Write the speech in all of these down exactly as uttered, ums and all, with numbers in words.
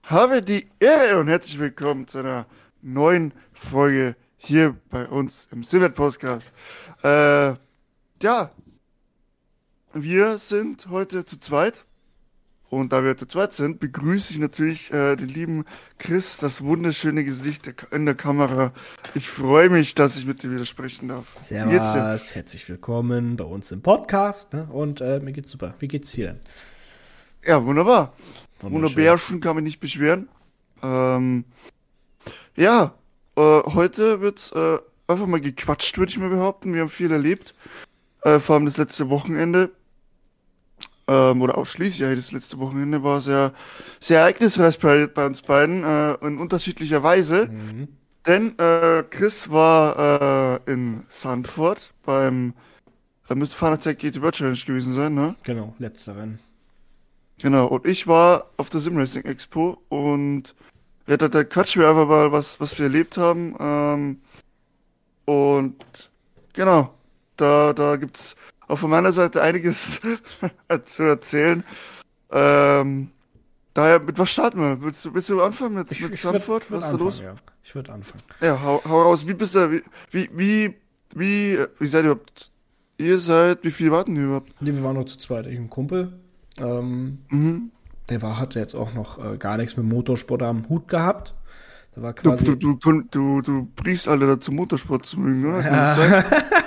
habe die Ehre und herzlich willkommen zu einer neuen Folge hier bei uns im Silvet Podcast. Äh, ja, wir sind heute zu zweit und da wir zu zweit sind, begrüße ich natürlich äh, den lieben Chris, das wunderschöne Gesicht der, in der Kamera. Ich freue mich, dass ich mit dir wieder sprechen darf. Wie geht's dir? Servus, herzlich willkommen bei uns im Podcast. Ne? Und äh, mir geht's super. Wie geht's dir denn? Ja, wunderbar. Wunderschön. Wunderbärchen, kann mich nicht beschweren. Ähm, ja, äh, heute wird äh, einfach mal gequatscht, würde ich mal behaupten. Wir haben viel erlebt. Äh, vor allem das letzte Wochenende, ähm, oder ausschließlich eigentlich das letzte Wochenende war sehr, sehr ereignisreich bei, bei uns beiden, äh, in unterschiedlicher Weise. Mhm. Denn äh, Chris war äh, in Sandford beim, da müsste Fanatec G T World Challenge gewesen sein, ne? Genau, letzteren. Genau, und ich war auf der Simracing Expo und ja, da, da quatschen wir einfach mal, was, was wir erlebt haben. Ähm, und genau, da, da gibt's auch von meiner Seite einiges zu erzählen. Ähm, daher, mit was starten wir? Willst du, willst du anfangen mit, Ich, mit ich würde Sanford? würd Was ist da anfangen, los? ja. Ich würde anfangen. Ja, hau, hau raus. Wie bist du, wie, wie, wie, wie, wie seid ihr überhaupt? Ihr seid, wie viel warten ihr überhaupt? Nee, wir waren nur zu zweit. Ich und ein Kumpel. Ähm, Mhm. der war, hatte jetzt auch noch äh, gar nichts mit Motorsport am Hut gehabt. Der war Du, du, quasi. du, du, du, du brichst alle dazu, Motorsport zu mögen, oder? Kann das sein? Ja.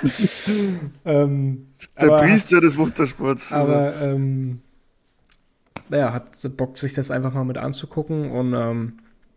ähm, Der aber Priester des Motorsports. Also. aber ähm, naja, hat Bock, sich das einfach mal mit anzugucken. Und ähm,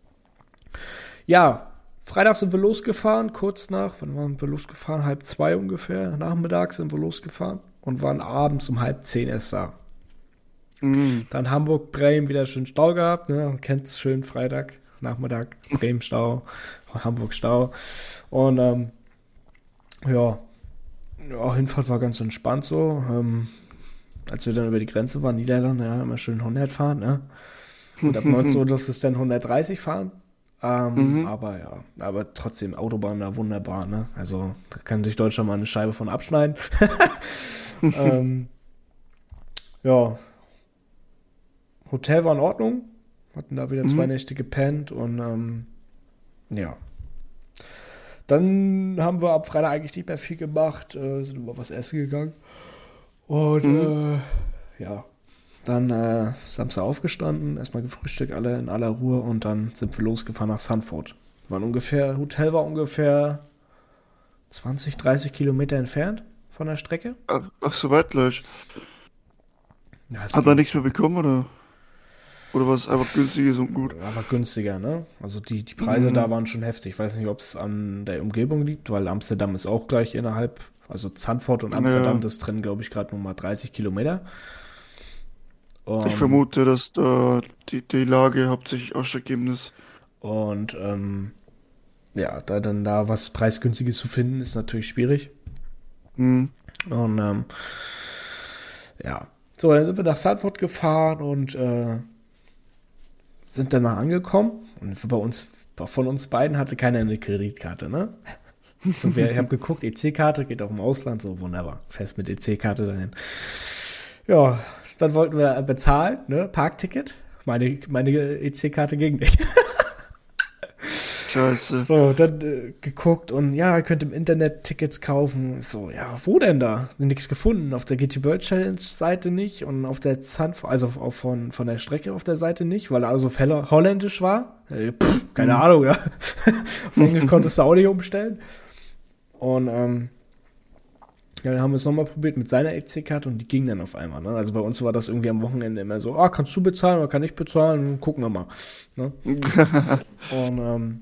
ja, Freitag sind wir losgefahren, kurz nach, wann waren wir losgefahren? Halb zwei ungefähr, nachmittags sind wir losgefahren und waren abends um halb zehn erst da. Mhm. Dann Hamburg, Bremen, wieder schön Stau gehabt, ne? Man kennt's schön, Freitag, Nachmittag, Bremen Stau, Hamburg Stau. Und ähm, ja, ja, Hinfahrt war ganz entspannt so. Ähm, als wir dann über die Grenze waren, Niederlande, ja, immer schön hundert fahren, ne? Und ab neunzehn Uhr durfte es dann hundertdreißig fahren. Ähm, Mhm. aber ja, aber trotzdem Autobahn da wunderbar, ne? Also da kann sich Deutschland mal eine Scheibe von abschneiden. ähm, ja, Hotel war in Ordnung. Hatten da wieder zwei Mhm. Nächte gepennt und ähm, ja. Dann haben wir ab Freitag eigentlich nicht mehr viel gemacht, äh, sind über was essen gegangen. Und Mhm. äh, ja, dann äh, Samstag aufgestanden, erstmal gefrühstückt, alle in aller Ruhe und dann sind wir losgefahren nach Sanford. Waren ungefähr, Hotel war ungefähr zwanzig, dreißig Kilometer entfernt von der Strecke. Ach, ach, so weit gleich. Ja, es Hat man ging. nichts mehr bekommen, oder? Oder war es einfach günstiges und gut? Aber günstiger, ne? Also die, die Preise da Mhm. waren schon heftig. Ich weiß nicht, ob es an der Umgebung liegt, weil Amsterdam ist auch gleich innerhalb, also Zandvoort und Amsterdam, Ja, das trennen, glaube ich, gerade nur mal dreißig Kilometer. ich Um, vermute, dass da die, die Lage hauptsächlich ausschlaggebend ist. und ähm, ja, da dann da was Preisgünstiges zu finden, ist natürlich schwierig. Mhm. Und ähm, ja, so, dann sind wir nach Sanford gefahren und äh, sind danach angekommen. Und bei uns, von uns beiden hatte keiner eine Kreditkarte, ne? So, wir, ich habe geguckt, E C-Karte geht auch im Ausland, so wunderbar. Fest mit E C-Karte dahin. Ja, dann wollten wir bezahlen, ne? Parkticket. Meine, meine E C-Karte ging nicht. Scheiße. So, dann äh, geguckt und ja, ihr könnt im Internet Tickets kaufen. So, ja, wo denn da? Nichts gefunden. Auf der G T World Challenge Seite nicht und auf der Zand, also auf, von, von der Strecke auf der Seite nicht, weil er also auf Hell Holländisch war. Äh, pff, keine Mhm. Ahnung, ja. Auf Englisch konntest du auch nicht umstellen. Und ähm, ja, dann haben wir es nochmal probiert mit seiner E C-Karte und die ging dann auf einmal. Ne? Also bei uns war das irgendwie am Wochenende immer so, ah, kannst du bezahlen oder kann ich bezahlen? Gucken wir mal. Ne? Und ähm,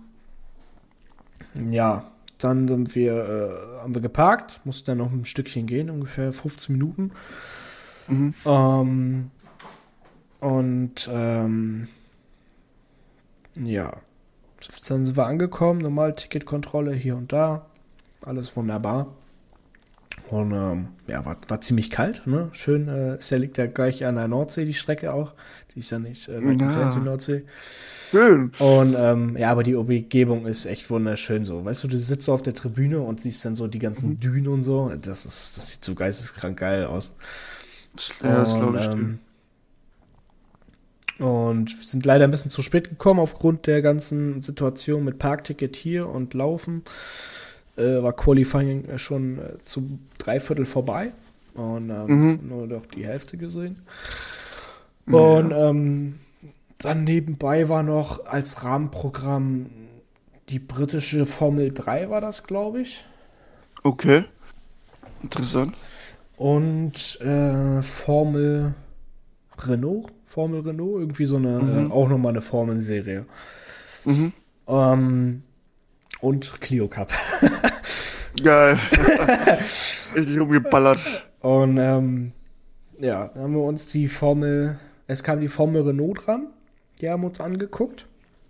ja, dann sind wir, äh, haben wir geparkt, mussten dann noch ein Stückchen gehen, ungefähr fünfzehn Minuten. Mhm. Ähm, und ähm, ja, dann sind wir angekommen, normal Ticketkontrolle hier und da, alles wunderbar. Und ähm, ja, war, war ziemlich kalt, ne? Schön, äh, ist ja liegt ja gleich an der Nordsee, die Strecke auch. Die ist ja nicht äh, weit entfernt, die Ja, Nordsee. schön. Und ähm, ja, aber die Umgebung ist echt wunderschön so. Weißt du, du sitzt so auf der Tribüne und siehst dann so die Mhm. ganzen Dünen und so. Das ist, das sieht so geisteskrank geil aus. Ja, das Und glaube ich dir. ähm, Und sind leider ein bisschen zu spät gekommen aufgrund der ganzen Situation mit Parkticket hier und Laufen. Äh, war Qualifying schon äh, zum Dreiviertel vorbei. Und ähm, mhm. nur noch die Hälfte gesehen. Ja. Und ähm, dann nebenbei war noch als Rahmenprogramm die britische Formel drei, war das, glaube ich. Okay. Interessant. Und äh, Formel Renault. Formel Renault, irgendwie so eine, mhm. äh, auch nochmal eine Formelserie. Mhm. Ähm, und Clio Cup. Geil. Richtig rumgeballert. Und ähm, ja, dann haben wir uns die Formel, es kam die Formel Renault dran, die haben wir uns angeguckt.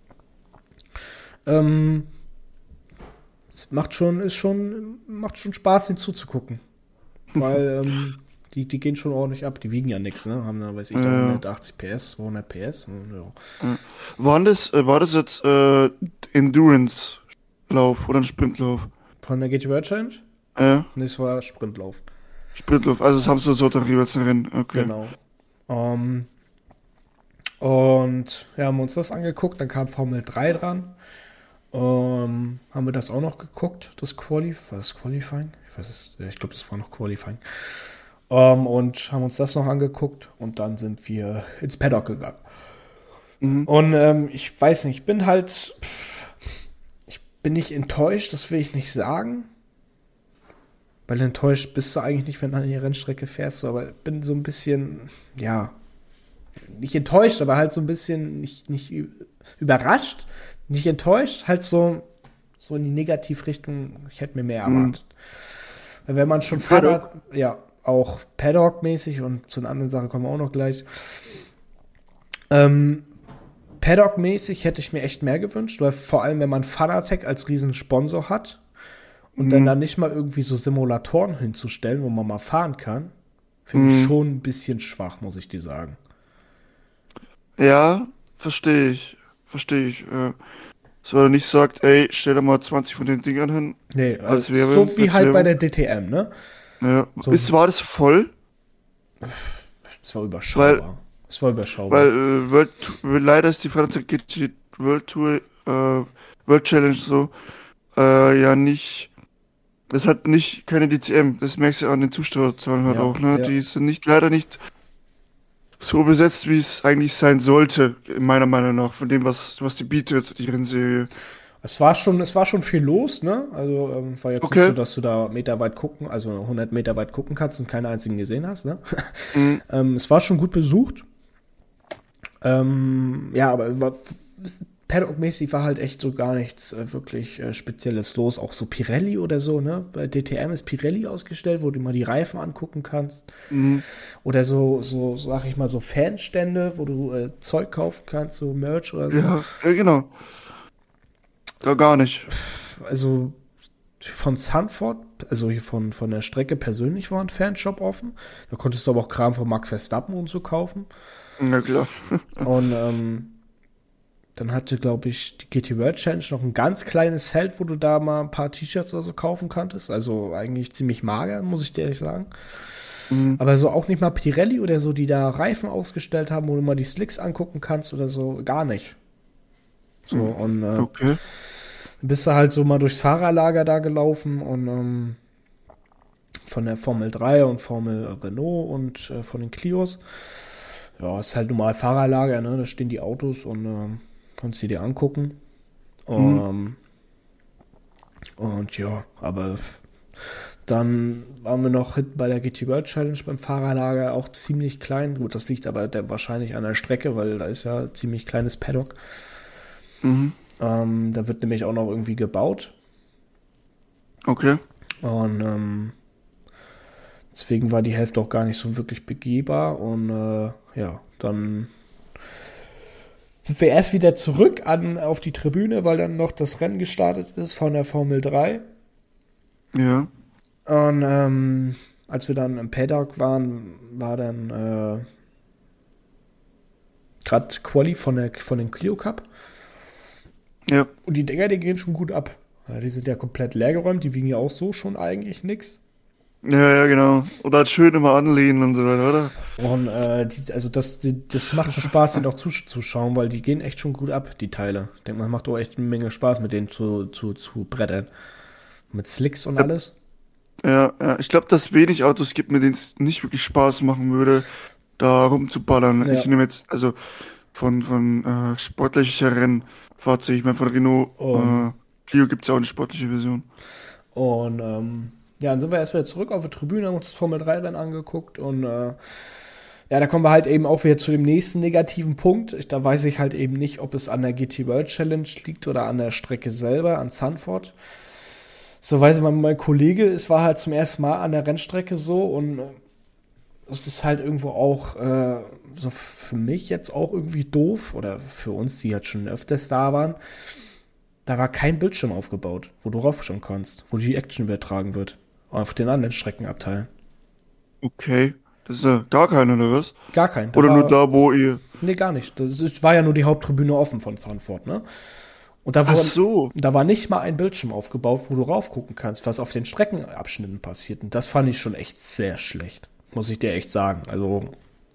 Ähm, es macht schon, ist schon, macht schon Spaß, den zuzugucken. Weil ähm, die, die gehen schon ordentlich ab, die wiegen ja nichts, ne? Haben da, weiß ich, ja. hundertachtzig P S, zweihundert P S. Und, ja. War das, war das jetzt äh, Endurance-Lauf oder ein Sprintlauf? Von der G T World Challenge? Ja. Nee, es war Sprintlauf. Sprintlauf, also das haben sie so darüber als Rennen, okay. Genau. Um, und ja, haben wir uns das angeguckt, dann kam Formel drei dran. Um, haben wir das auch noch geguckt, das Qualifying, war das Qualifying? Ich weiß es, ich glaube, das war noch Qualifying. Um, und haben uns das noch angeguckt und dann sind wir ins Paddock gegangen. Mhm. Und ähm, ich weiß nicht, ich bin halt, ich bin nicht enttäuscht, das will ich nicht sagen. Weil enttäuscht bist du eigentlich nicht, wenn du an die Rennstrecke fährst, so, aber bin so ein bisschen, ja, nicht enttäuscht, aber halt so ein bisschen nicht, nicht überrascht, nicht enttäuscht, halt so, so in die Negativrichtung, ich hätte mir mehr erwartet. Mhm. Weil wenn man schon Fahrrad, ja, auch Paddock-mäßig und zu einer anderen Sache kommen wir auch noch gleich, ähm, Paddock-mäßig hätte ich mir echt mehr gewünscht, weil vor allem, wenn man Fanatec als riesen Sponsor hat, und mhm. dann da nicht mal irgendwie so Simulatoren hinzustellen, wo man mal fahren kann, finde mhm. ich schon ein bisschen schwach, muss ich dir sagen. Ja, verstehe ich. Verstehe ich. Äh, dass man nicht sagt, ey, stell da mal zwanzig von den Dingern hin. Nee, als wäre, so wie halt wäre. Bei der D T M, ne? Ja. So. Ist, war das voll? Es war überschaubar. Es war überschaubar. Weil äh, World, leider ist die Fanatec World Tour, äh, World Challenge so, äh, ja nicht. Das hat nicht keine D T M, das merkst du an den Zuschauerzahlen halt ja, auch, ne? Ja. Die sind nicht, leider nicht so besetzt, wie es eigentlich sein sollte, meiner Meinung nach, von dem, was, was die bietet, die Rennserie. Es war schon, es war schon viel los, ne? Also, ähm, war jetzt okay. Nicht so, dass du da meterweit gucken, also hundert Meter weit gucken kannst und keinen einzigen gesehen hast, ne? Mhm. ähm, es war schon gut besucht. Ähm, ja, aber war, Paddock-mäßig war halt echt so gar nichts äh, wirklich äh, Spezielles los. Auch so Pirelli oder so, ne? Bei D T M ist Pirelli ausgestellt, wo du mal die Reifen angucken kannst. Mhm. Oder so, so, sag ich mal, so Fanstände, wo du äh, Zeug kaufen kannst, so Merch oder so. Ja, ja genau. Ja, gar nicht. Also von Zandvoort, also hier von, von der Strecke persönlich war ein Fanshop offen. Da konntest du aber auch Kram von Max Verstappen und so kaufen. Na klar. Und ähm, dann hatte, glaube ich, die G T World Challenge noch ein ganz kleines Zelt, wo du da mal ein paar T-Shirts oder so kaufen konntest. Also eigentlich ziemlich mager, muss ich dir ehrlich sagen. Mhm. Aber so auch nicht mal Pirelli oder so, die da Reifen ausgestellt haben, wo du mal die Slicks angucken kannst oder so. Gar nicht. So, mhm. und äh, okay. Dann bist du halt so mal durchs Fahrerlager da gelaufen und ähm, von der Formel drei und Formel Renault und äh, von den Clios. Ja, ist halt normal Fahrerlager, ne? Da stehen die Autos und ähm, kannst du dir angucken. Mhm. Um, und ja, aber dann waren wir noch hinten bei der G T World Challenge beim Fahrerlager, auch ziemlich klein. Gut, das liegt aber der, wahrscheinlich an der Strecke, weil da ist ja ziemlich kleines Paddock. Mhm. Um, da wird nämlich auch noch irgendwie gebaut. Okay. Und ähm, deswegen war die Hälfte auch gar nicht so wirklich begehbar. Und äh, ja, dann sind wir erst wieder zurück an, auf die Tribüne, weil dann noch das Rennen gestartet ist von der Formel drei. Ja. Und ähm, als wir dann im Paddock waren, war dann äh, gerade Quali von, der, von den Clio Cup. Ja. Und die Dinger, die gehen schon gut ab. Ja, die sind ja komplett leergeräumt, die wiegen ja auch so schon eigentlich nix. Ja, ja, genau. Oder halt schön immer anlehnen und so weiter, oder? Und äh, die, also das, die, das macht schon Spaß, denen auch zuzuschauen, weil die gehen echt schon gut ab, die Teile. Ich denke mal, macht auch echt eine Menge Spaß, mit denen zu, zu, zu brettern. Mit Slicks und alles. Ja, ja, ich glaube, dass es wenig Autos gibt, mit denen es nicht wirklich Spaß machen würde, da rumzuballern. Ich Ja. nehme jetzt, also von, von äh, sportlicheren Fahrzeugen, ich meine, von Renault Und, äh, Clio gibt es ja auch eine sportliche Version. und ähm, ja, dann sind wir erst wieder zurück auf die Tribüne, haben uns das Formel drei Rennen angeguckt und äh, ja, da kommen wir halt eben auch wieder zu dem nächsten negativen Punkt. Ich, da weiß ich halt eben nicht, ob es an der G T World Challenge liegt oder an der Strecke selber, an Zandvoort. So weiß mein, mein Kollege, es war halt zum ersten Mal an der Rennstrecke so und äh, es ist halt irgendwo auch äh, so für mich jetzt auch irgendwie doof oder für uns, die halt schon öfters da waren. Da war kein Bildschirm aufgebaut, wo du raufschauen kannst, wo die Action übertragen wird. Auf den anderen Streckenabteilen. Okay. Das ist ja gar keiner, oder was? Gar kein. Da Oder nur war, da, wo ihr. nee, gar nicht. Das ist, war ja nur die Haupttribüne offen von Zandvoort, ne? Und da Ach war, so. da war nicht mal ein Bildschirm aufgebaut, wo du raufgucken kannst, was auf den Streckenabschnitten passiert. Und das fand ich schon echt sehr schlecht. Muss ich dir echt sagen. Also,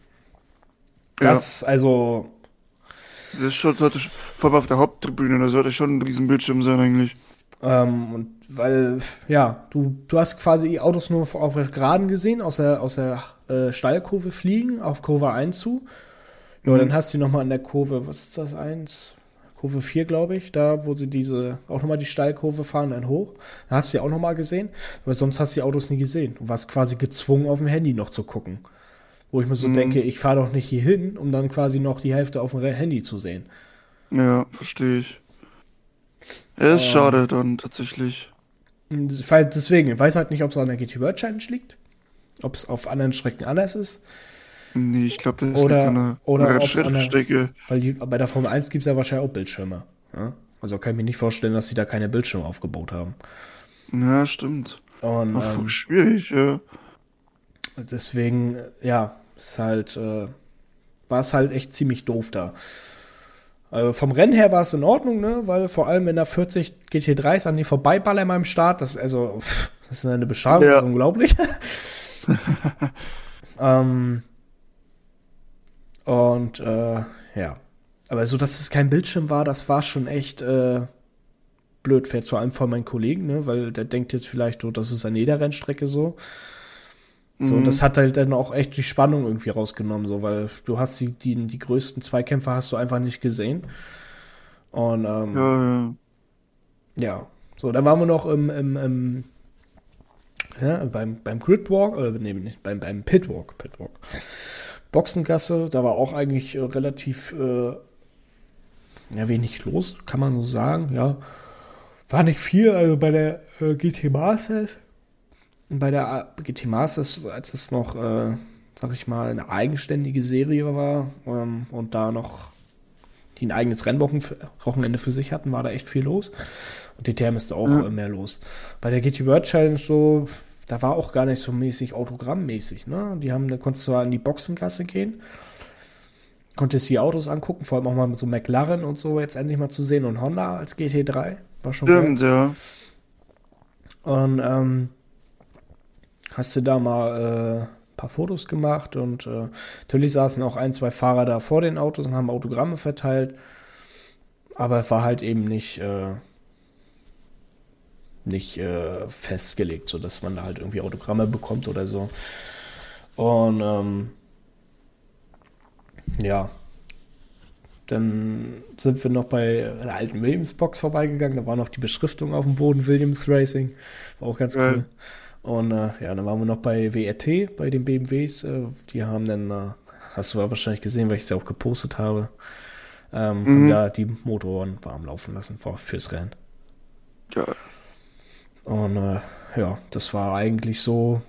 Ja. das, also, Das ist schon, sollte, schon- vor allem auf der Haupttribüne, da sollte schon ein riesen Bildschirm sein eigentlich. ähm, und weil, ja, du, du hast quasi die Autos nur auf der Geraden gesehen, aus der, aus der äh, Steilkurve fliegen, auf Kurve eins zu. Ja, Mhm. dann hast du nochmal in der Kurve, was ist das, eins? Kurve vier, glaube ich, da, wo sie diese, auch nochmal die Steilkurve fahren, dann hoch. Da hast du sie auch nochmal gesehen, aber sonst hast du die Autos nie gesehen. Du warst quasi gezwungen, auf dem Handy noch zu gucken. Wo ich mir so Mhm. denke, ich fahre doch nicht hier hin, um dann quasi noch die Hälfte auf dem Re- Handy zu sehen. Ja, verstehe ich. Ja, ist schade dann tatsächlich. Und ich weiß- Deswegen, ich weiß halt nicht, ob es an der G T World Challenge liegt, ob es auf anderen Strecken anders ist, Nee, ich glaube, das liegt an oder, der, oder an ob es der an der, Rennstrecke. weil die, bei der Formel eins gibt es ja wahrscheinlich auch Bildschirme. Ja? Also kann ich mir nicht vorstellen, dass sie da keine Bildschirme aufgebaut haben. Ja, stimmt. Und Ach, voll ähm, schwierig, ja. deswegen, äh, ja, ist halt, äh, war es halt echt ziemlich doof da. Also vom Rennen her war es in Ordnung, ne? Weil vor allem in der vierzig G T drei an die vorbeiballern beim Start, das, also, pff, das ist eine Beschreibung, das ist Ja. unglaublich. ähm, und äh, ja. Aber so, dass es kein Bildschirm war, das war schon echt äh, blöd, fährt vor allem von meinen Kollegen, ne? Weil der denkt jetzt vielleicht so, das ist an jeder Rennstrecke so. So, und das Mhm. hat halt dann auch echt die Spannung irgendwie rausgenommen, so, weil du hast die, die, die größten Zweikämpfer hast du einfach nicht gesehen. Und Ja, ähm, ja. ja, so, dann waren wir noch im, im, im ja, beim, beim Gridwalk, äh, nee, nicht, beim, beim Pitwalk, Pitwalk. Boxengasse, da war auch eigentlich äh, relativ äh, ja, wenig los, kann man so sagen, ja. War nicht viel, also bei der äh, G T Masters. Und bei der G T Masters, als es noch, äh, sag ich mal, eine eigenständige Serie war ähm, und da noch die ein eigenes Rennwochenende für sich hatten, war da echt viel los. Und D T M ist da auch Ja. äh, mehr los. Bei der G T World Challenge so, da war auch gar nicht so mäßig autogrammmäßig, ne? Die haben, da konntest du zwar in die Boxengasse gehen, konntest die Autos angucken, vor allem auch mal mit so McLaren und so jetzt endlich mal zu sehen und Honda als G T drei. War schon geil. Stimmt, ja. Und ähm, hast du da mal äh, ein paar Fotos gemacht und äh, natürlich saßen auch ein, zwei Fahrer da vor den Autos und haben Autogramme verteilt. Aber es war halt eben nicht, äh, nicht äh, festgelegt, sodass man da halt irgendwie Autogramme bekommt oder so. Und ähm, ja, dann sind wir noch bei der alten Williams-Box vorbeigegangen. Da war noch die Beschriftung auf dem Boden, Williams Racing. War auch ganz Geil. cool. Und äh, ja, dann waren wir noch bei W R T, bei den B M Ws. Äh, die haben dann, äh, hast du wahrscheinlich gesehen, weil ich es ja auch gepostet habe, ähm, haben Mhm. da die Motoren warm laufen lassen vor, fürs Rennen. Geil. Und äh, ja, das war eigentlich so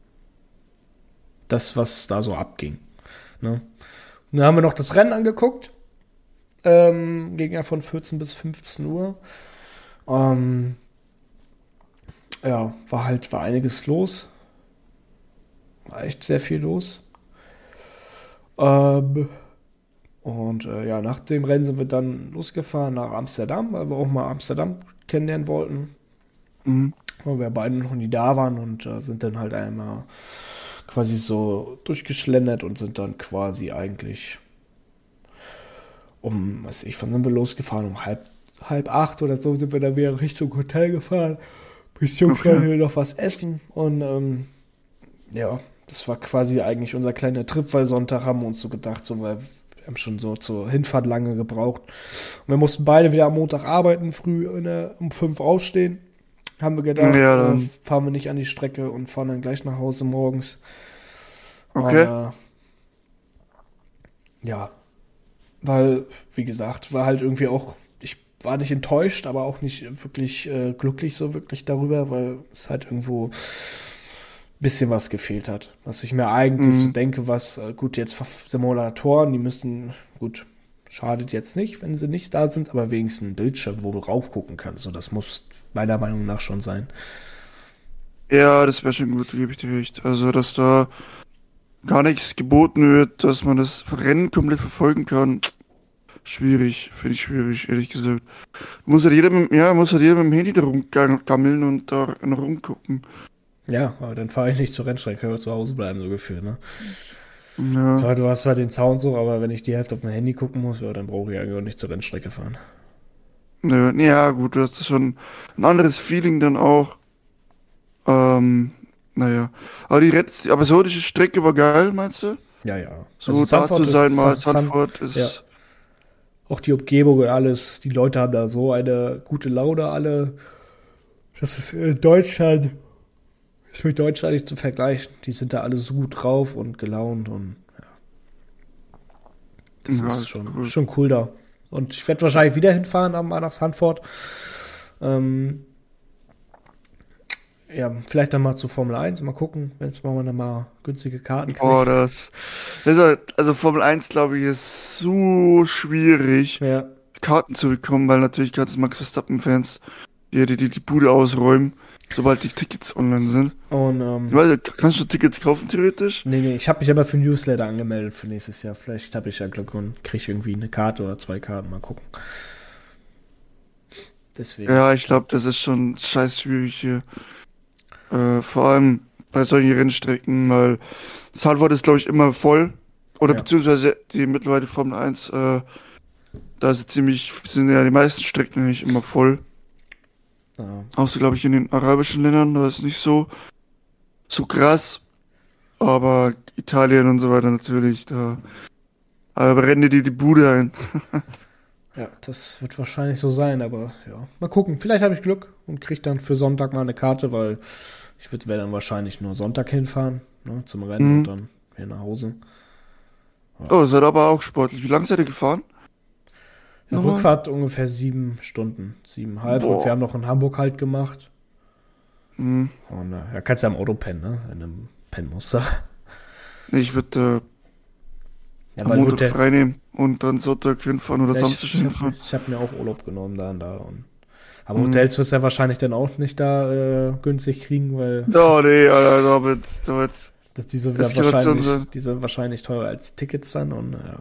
das, was da so abging. Ne? Und dann haben wir noch das Rennen angeguckt. Ähm, ging ja von vierzehn bis fünfzehn Uhr. Ähm, ja, war halt, war einiges los. War echt sehr viel los. Ähm, und äh, ja, nach dem Rennen sind wir dann losgefahren nach Amsterdam, weil wir auch mal Amsterdam kennenlernen wollten. Mhm. Weil wir beide noch nie da waren und äh, sind dann halt einmal quasi so durchgeschlendert und sind dann quasi eigentlich um, was weiß ich, wann sind wir losgefahren? Um halb, halb acht oder so sind wir dann wieder Richtung Hotel gefahren. Beziehungsweise okay. noch was essen. Und ähm, ja, das war quasi eigentlich unser kleiner Trip, weil Sonntag haben wir uns so gedacht, so, weil wir haben schon so zur Hinfahrt lange gebraucht. Und wir mussten beide wieder am Montag arbeiten, früh der, um fünf aufstehen. Haben wir gedacht, ja, äh, fahren wir nicht an die Strecke und fahren dann gleich nach Hause morgens. Okay. Und, äh, ja, weil, wie gesagt, war halt irgendwie auch, ich war nicht enttäuscht, aber auch nicht wirklich äh, glücklich so wirklich darüber, weil es halt irgendwo ein bisschen was gefehlt hat. Was ich mir eigentlich Mhm. so denke, was, äh, gut, jetzt Simulatoren, die müssen, gut, schadet jetzt nicht, wenn sie nicht da sind, aber wenigstens ein Bildschirm, wo du raufgucken kannst. So, das muss meiner Meinung nach schon sein. Ja, das wäre schon gut, da gebe ich dir recht. Also, dass da gar nichts geboten wird, dass man das Rennen komplett verfolgen kann. Schwierig, finde ich schwierig, ehrlich gesagt. Muss halt jeder mit, ja, muss halt jeder mit dem Handy da rumgammeln und da noch rumgucken. Ja, aber dann fahre ich nicht zur Rennstrecke, kann ich zu Hause bleiben, so gefühlt, ne? Ja. Klar, du hast zwar den Sound so, aber wenn ich die Hälfte auf mein Handy gucken muss, ja, dann brauche ich eigentlich auch nicht zur Rennstrecke fahren. Ja, ja, gut, du hast schon ein anderes Feeling dann auch. Ähm, naja. Aber die Rett aber so die Strecke war geil, meinst du? Ja, ja. So Also da Zandvoort zu sein, ist- mal San- San- Sanford ist. ja. Auch die Umgebung und alles, die Leute haben da so eine gute Laune alle. Das ist in Deutschland, ist mit Deutschland nicht zu vergleichen. Die sind da alle so gut drauf und gelaunt und ja. Das Ja, ist ist schon cool. schon cool da. Und ich werde wahrscheinlich wieder hinfahren am nach Sanford. Ähm, ja, vielleicht dann mal zur Formel eins, mal gucken, wenn man dann mal günstige Karten kriegt. Oh, das, das ist halt, also Formel eins, glaube ich, ist so schwierig, Ja, Karten zu bekommen, weil natürlich ganze Max Verstappen-Fans die, die, die die Bude ausräumen, sobald die Tickets online sind. und Ich ähm, weiß nicht, kannst du Tickets kaufen, theoretisch? nee, nee, ich habe mich aber für Newsletter angemeldet für nächstes Jahr. Vielleicht habe ich ja Glück und kriege irgendwie eine Karte oder zwei Karten, mal gucken. Deswegen. Ja, ich glaube, das ist schon scheiß schwierig hier. Äh, vor allem bei solchen Rennstrecken, weil Zandvoort ist, glaube ich, immer voll. Oder Ja. beziehungsweise die mittlerweile Formel eins, äh, da ist ziemlich, sind ja die meisten Strecken eigentlich immer voll. Ja. Außer, glaube ich, in den arabischen Ländern, da ist nicht so, so krass. Aber Italien und so weiter natürlich, da aber rennen die die Bude ein. Ja, das wird wahrscheinlich so sein, aber ja. Mal gucken. Vielleicht habe ich Glück und kriege dann für Sonntag mal eine Karte, weil ich werde dann wahrscheinlich nur Sonntag hinfahren, ne, zum Rennen Mhm. und dann hier nach Hause. Oh, seid aber auch sportlich. Wie lange seid ihr gefahren? Ja, Nochmal? Rückfahrt ungefähr sieben Stunden, siebeneinhalb. Und Boah. wir haben noch in Hamburg halt gemacht. Mhm. Und äh, ja, kannst ja im Auto pennen, ne? Wenn du pennen musst. Ja, Ich würde äh, am weil Montag Hotel, frei nehmen und dann Sonntag hinfahren oder ja, Samstag ich, ich habe hinfahren. hab mir auch Urlaub genommen da und da. Und, aber Mhm. Hotels wirst du ja wahrscheinlich dann auch nicht da äh, günstig kriegen, weil Oh nee, Alter, damit, damit. das, die, sind ja Eskalation wahrscheinlich, sein. die sind wahrscheinlich teurer als die Tickets dann. Und ja.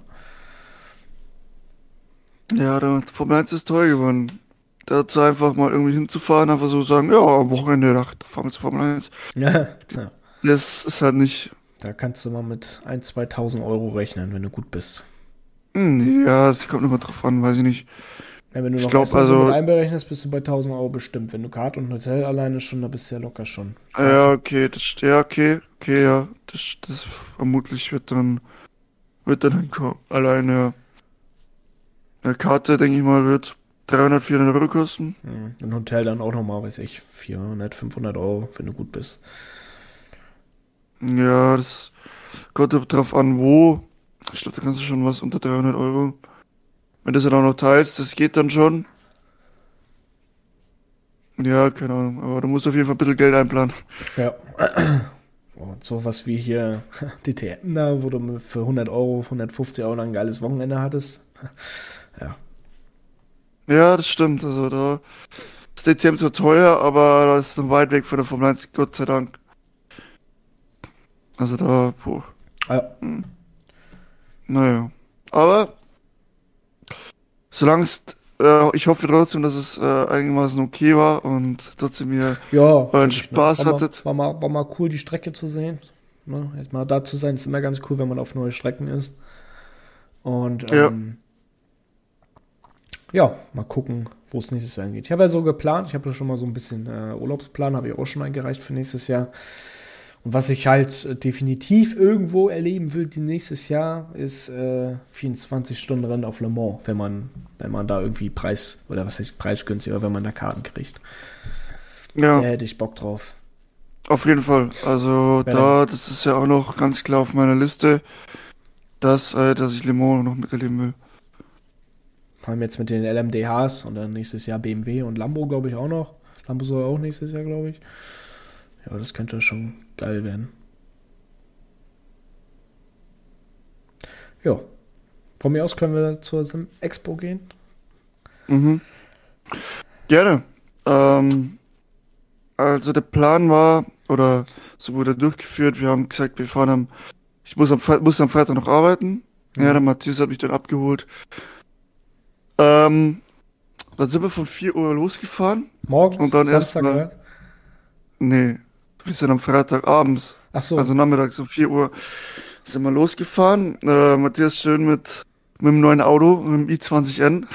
Ja, da Formel eins ist teuer geworden. Dazu einfach mal irgendwie hinzufahren, einfach so sagen, ja, am Wochenende, da fahren wir zur Formel eins. Ja, ja. Das ist halt nicht. Da kannst du mal mit ein, zweitausend Euro rechnen, wenn du gut bist. Hm, ja, es kommt immer drauf an, weiß ich nicht. Ja, wenn du Ich noch glaub, Essen und so also- mit einberechnest, bist du bei tausend Euro bestimmt. Wenn du Karte und Hotel alleine schon, da bist du ja locker schon. Ah, ja, okay, das, ja, okay, okay, ja, das, das vermutlich wird dann, wird dann hinkommen. Alleine eine Karte, denke ich mal, wird dreihundert, vierhundert Euro kosten. Mhm. Ein Hotel dann auch nochmal, weiß ich, vierhundert, fünfhundert Euro, wenn du gut bist. Ja, das kommt drauf an, wo. Ich glaube, da kannst du schon was unter dreihundert Euro. Wenn du das dann auch noch teilst, das geht dann schon. Ja, keine Ahnung, aber du musst auf jeden Fall ein bisschen Geld einplanen. Ja. Und sowas wie hier D T M da, wo du für hundert Euro, hundertfünfzig Euro lang ein geiles Wochenende hattest. Ja. Ja, das stimmt, also da ist D T M zwar teuer, aber das ist noch weit weg von der Formel eins, Gott sei Dank. Also da, puh. Ja. Naja. Aber solange es äh, ich hoffe trotzdem, dass es äh, einigermaßen okay war und trotzdem ihr Ja, euren denke ich, ne? Spaß War mal, hattet. war mal, war mal cool, die Strecke zu sehen. Ne? Jetzt mal da zu sein, ist immer ganz cool, wenn man auf neue Strecken ist. Und Ja. ähm, ja, mal gucken, wo es nächstes Jahr hingeht. Ich habe ja so geplant, ich habe ja schon mal so ein bisschen äh, Urlaubsplan, habe ich auch schon eingereicht für nächstes Jahr. Und was ich halt äh, definitiv irgendwo erleben will, die nächstes Jahr, ist äh, vierundzwanzig Stunden Rennen auf Le Mans, wenn man, wenn man da irgendwie Preis, oder was heißt preisgünstig, oder wenn man da Karten kriegt. Da Ja, hätte ich Bock drauf. auf jeden Fall. Also Wer dann, da, das ist ja auch noch ganz klar auf meiner Liste, dass, äh, dass ich Le Mans noch miterleben will. vor allem jetzt mit den L M D Hs und dann nächstes Jahr B M W und Lambo, glaube ich, auch noch. Lambo soll auch nächstes Jahr, glaube ich. Ja, das könnte schon geil werden. Ja, von mir aus können wir zur Sim Expo gehen. Mhm. Gerne. Ähm, also der Plan war, oder so wurde er durchgeführt, wir haben gesagt, wir fahren am, ich muss am, Fre- muss am Freitag noch arbeiten. Ja, der Mhm. Matthias hat mich dann abgeholt. Ähm, Dann sind wir von vier Uhr losgefahren und Morgens, dann Samstag, erstmal, oder? nee, wir sind am Freitag abends, Ach also so. nachmittags um vier Uhr sind wir losgefahren. Äh, Matthias schön mit, mit dem neuen Auto, mit dem i zwanzig N,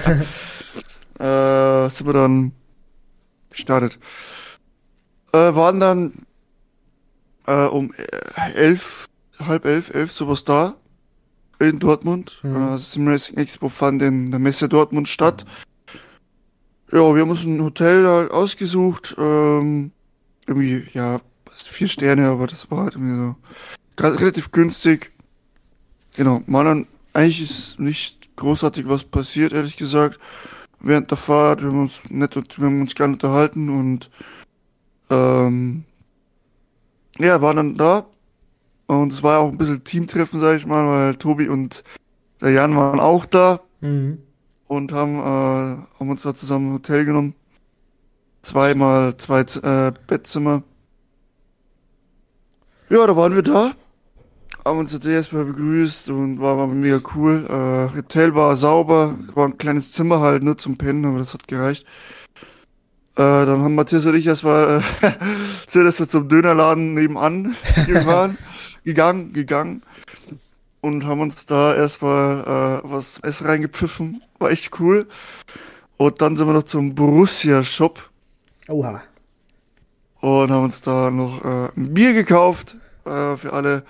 äh, sind wir dann gestartet. Äh, waren dann äh, um äh, elf, halb elf, elf sowas da in Dortmund. Mhm. Äh, Sim Racing Expo fand in der Messe Dortmund statt. Ja, wir haben uns ein Hotel da ausgesucht. Ähm, irgendwie, ja, fast vier Sterne, aber das war halt irgendwie so gra- relativ günstig. Genau, war dann, eigentlich ist nicht großartig was passiert, ehrlich gesagt. Während der Fahrt, wir haben uns nett und wir haben uns gerne unterhalten und ähm, ja, waren dann da. Und es war auch ein bisschen Teamtreffen, sag ich mal, weil Tobi und der Jan waren auch da Mhm. und haben, äh, haben uns da zusammen ein Hotel genommen. Zweimal zwei Z- äh, Bettzimmer. Ja, da waren wir da, haben uns jetzt erstmal begrüßt und war, war mega cool. Äh, Hotel war sauber, war ein kleines Zimmer halt, nur zum Pennen, aber das hat gereicht. Äh, dann haben Matthias und ich erstmal, äh, sind erstmal zum Dönerladen nebenan gefahren, gegangen, gegangen und haben uns da erstmal äh, was Essen reingepfiffen. War echt cool. Und dann sind wir noch zum Borussia-Shop Oha. und haben uns da noch äh, ein Bier gekauft äh, für alle.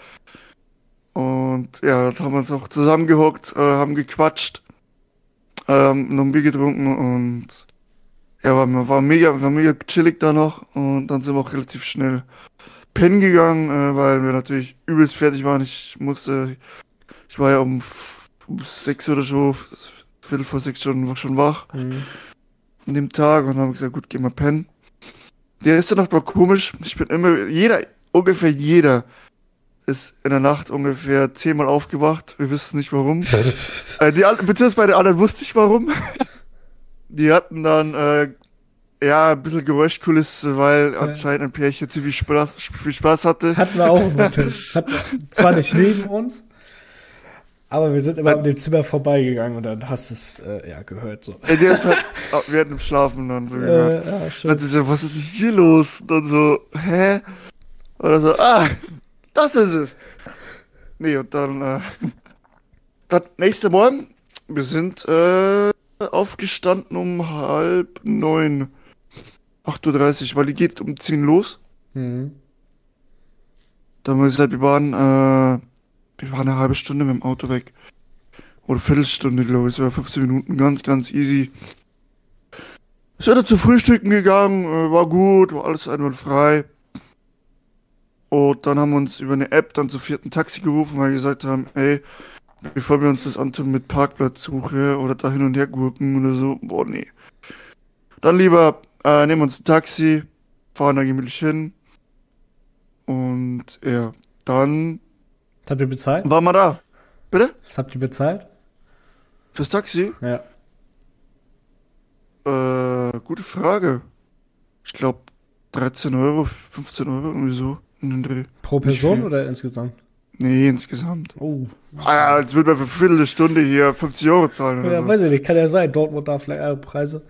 Und ja, da haben wir uns auch zusammengehockt, äh, haben gequatscht, ähm, noch ein Bier getrunken und ja, war, war mega, war mega chillig da noch. Und dann sind wir auch relativ schnell pennen gegangen, äh, weil wir natürlich übelst fertig waren. Ich musste, ich war ja um, f- um sechs oder so, f- Viertel vor sechs Stunden war schon wach Mhm. an dem Tag und haben gesagt, gut, geh mal pennen. Der erste Nacht war komisch. Ich bin immer, jeder, ungefähr jeder ist in der Nacht ungefähr zehnmal aufgewacht. Wir wissen nicht warum. Äh, die, an- beziehungsweise bei den anderen wusste ich warum. Die hatten dann, äh, ja, ein bisschen Geräuschkulisse, weil Äh, anscheinend ein Pärchen ziemlich Spaß, viel Spaß hatte. Hatten wir auch im Hotel. Hatten wir zwar nicht neben uns, aber wir sind immer Äh, an dem Zimmer vorbeigegangen und dann hast du es äh, ja gehört so. Die haben es halt ah, während dem Schlafen dann so gehört. Äh, ja, Dann hat schön. sie so, was ist denn hier los? Und dann so, hä? Oder so, ah, das ist es. Nee, und dann, äh, dann nächste Morgen, wir sind äh, aufgestanden um halb neun, acht Uhr dreißig, weil die geht um zehn los. Mhm. Dann haben wir gesagt, wir waren, äh, wir waren eine halbe Stunde mit dem Auto weg. Oder Viertelstunde, glaube ich, oder fünfzehn Minuten, ganz, ganz easy. Sind dann zu Frühstücken gegangen, äh, war gut, war alles einwandfrei. Und dann haben wir uns über eine App dann zu vierten Taxi gerufen, weil wir gesagt haben, ey, bevor wir uns das antun mit Parkplatzsuche oder da hin und her gurken oder so, boah, nee. Dann lieber äh, nehmen wir uns ein Taxi, fahren da gemütlich hin und ja, dann Was habt ihr bezahlt? waren wir da. Bitte? Was habt ihr bezahlt? Fürs Taxi? Ja. Äh, gute Frage. Ich glaube dreizehn Euro, fünfzehn Euro, irgendwie so in den Dreh. Pro Nicht Person viel. oder insgesamt? Nee, insgesamt. Oh. Ah, als würde man für eine Viertelstunde hier fünfzig Euro zahlen oder Ja, so. weiß ich nicht, kann ja sein. Dortmund da vielleicht andere Preise.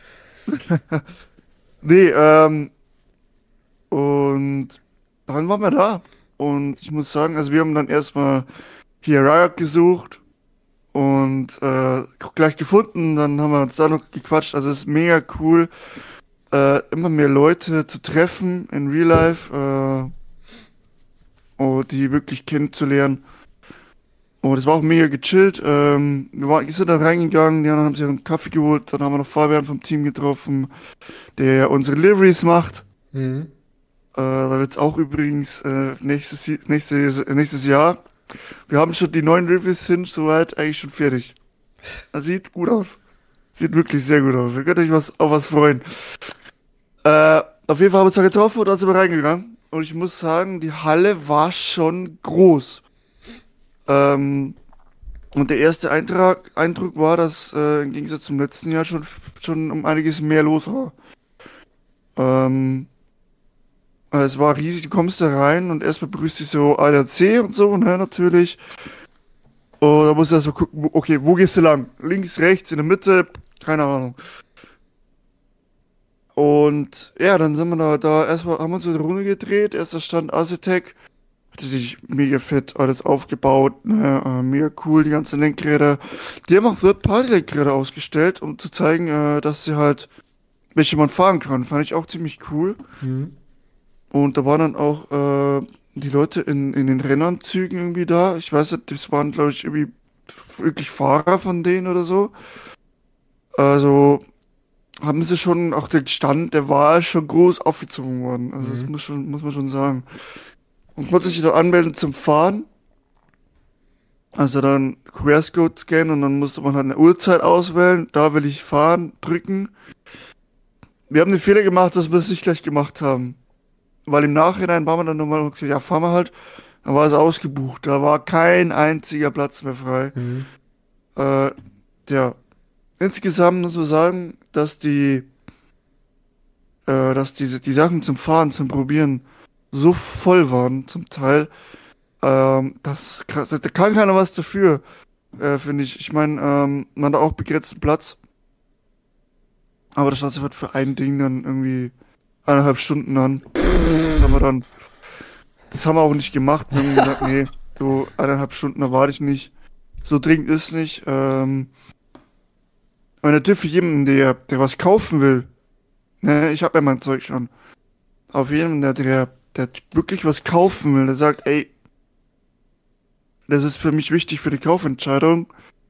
Nee, ähm, und dann waren wir da. Und ich muss sagen, also wir haben dann erstmal hier Riot gesucht und äh, gleich gefunden. Dann haben wir uns da noch gequatscht. Also es ist mega cool, äh, immer mehr Leute zu treffen in Real Life, äh, und die wirklich kennenzulernen. Und es war auch mega gechillt. Ähm, wir waren, wir sind dann reingegangen, die anderen haben sich einen Kaffee geholt. Dann haben wir noch Fabian vom Team getroffen, der unsere Deliveries macht. Mhm. Äh, da wird es auch übrigens äh, nächstes, nächstes, nächstes Jahr. Wir haben schon die neuen Reviews sind soweit eigentlich schon fertig. Das sieht gut aus. Sieht wirklich sehr gut aus. Ihr könnt euch was, auf was freuen. Äh, auf jeden Fall haben wir uns da getroffen und dann sind wir reingegangen. Und ich muss sagen, die Halle war schon groß. Ähm, und der erste Eintrag, Eindruck war, dass äh, im Gegensatz zum letzten Jahr schon, schon um einiges mehr los war. Ähm, äh, es war riesig, du kommst da rein und erstmal begrüßt dich so A D A C und so, ne, natürlich. Und da musst du erstmal gucken, wo- okay, wo gehst du lang? Links, rechts, in der Mitte, keine Ahnung. Und ja, dann sind wir da, da erstmal, haben wir uns so eine Runde gedreht. Erster Stand Aztec. Hat sich mega fett alles aufgebaut, ne? Äh, mega cool, die ganzen Lenkräder. Die haben auch Third-Party-Lenkräder ausgestellt, um zu zeigen, äh, dass sie halt, welche man fahren kann. Fand ich auch ziemlich cool. Mhm. Und da waren dann auch äh, die Leute in, in den Rennanzügen irgendwie da. Ich weiß nicht, das waren, glaube ich, irgendwie wirklich Fahrer von denen oder so. Also haben sie schon, auch der Stand, der war schon groß aufgezogen worden. Also das Mhm. muss schon, muss man schon sagen. Und konnte sich dann anmelden zum Fahren. Also dann Q R-Code scannen und dann musste man halt eine Uhrzeit auswählen. Da will ich fahren, drücken. Wir haben den Fehler gemacht, dass wir es nicht gleich gemacht haben. Weil im Nachhinein waren wir dann nochmal und gesagt, ja, fahren wir halt. Dann war es ausgebucht. Da war kein einziger Platz mehr frei. Mhm. Äh, ja. Insgesamt muss man sagen, dass die, äh, dass diese, die Sachen zum Fahren, zum Probieren so voll waren, zum Teil. Ähm, das, kann- da kann keiner was dafür, äh, finde ich. Ich meine, ähm, man hat auch begrenzten Platz. Aber das Ganze wird für ein Ding dann irgendwie eineinhalb Stunden an. Das haben wir dann, das haben wir auch nicht gemacht. Wir haben gesagt, nee, so eineinhalb Stunden erwarte ich nicht. So dringend ist nicht. Ähm, aber natürlich für jemanden, der, der was kaufen will, ne, ich habe ja mein Zeug schon. Auf jeden, der, der, der wirklich was kaufen will, der sagt, ey, das ist für mich wichtig für die Kaufentscheidung.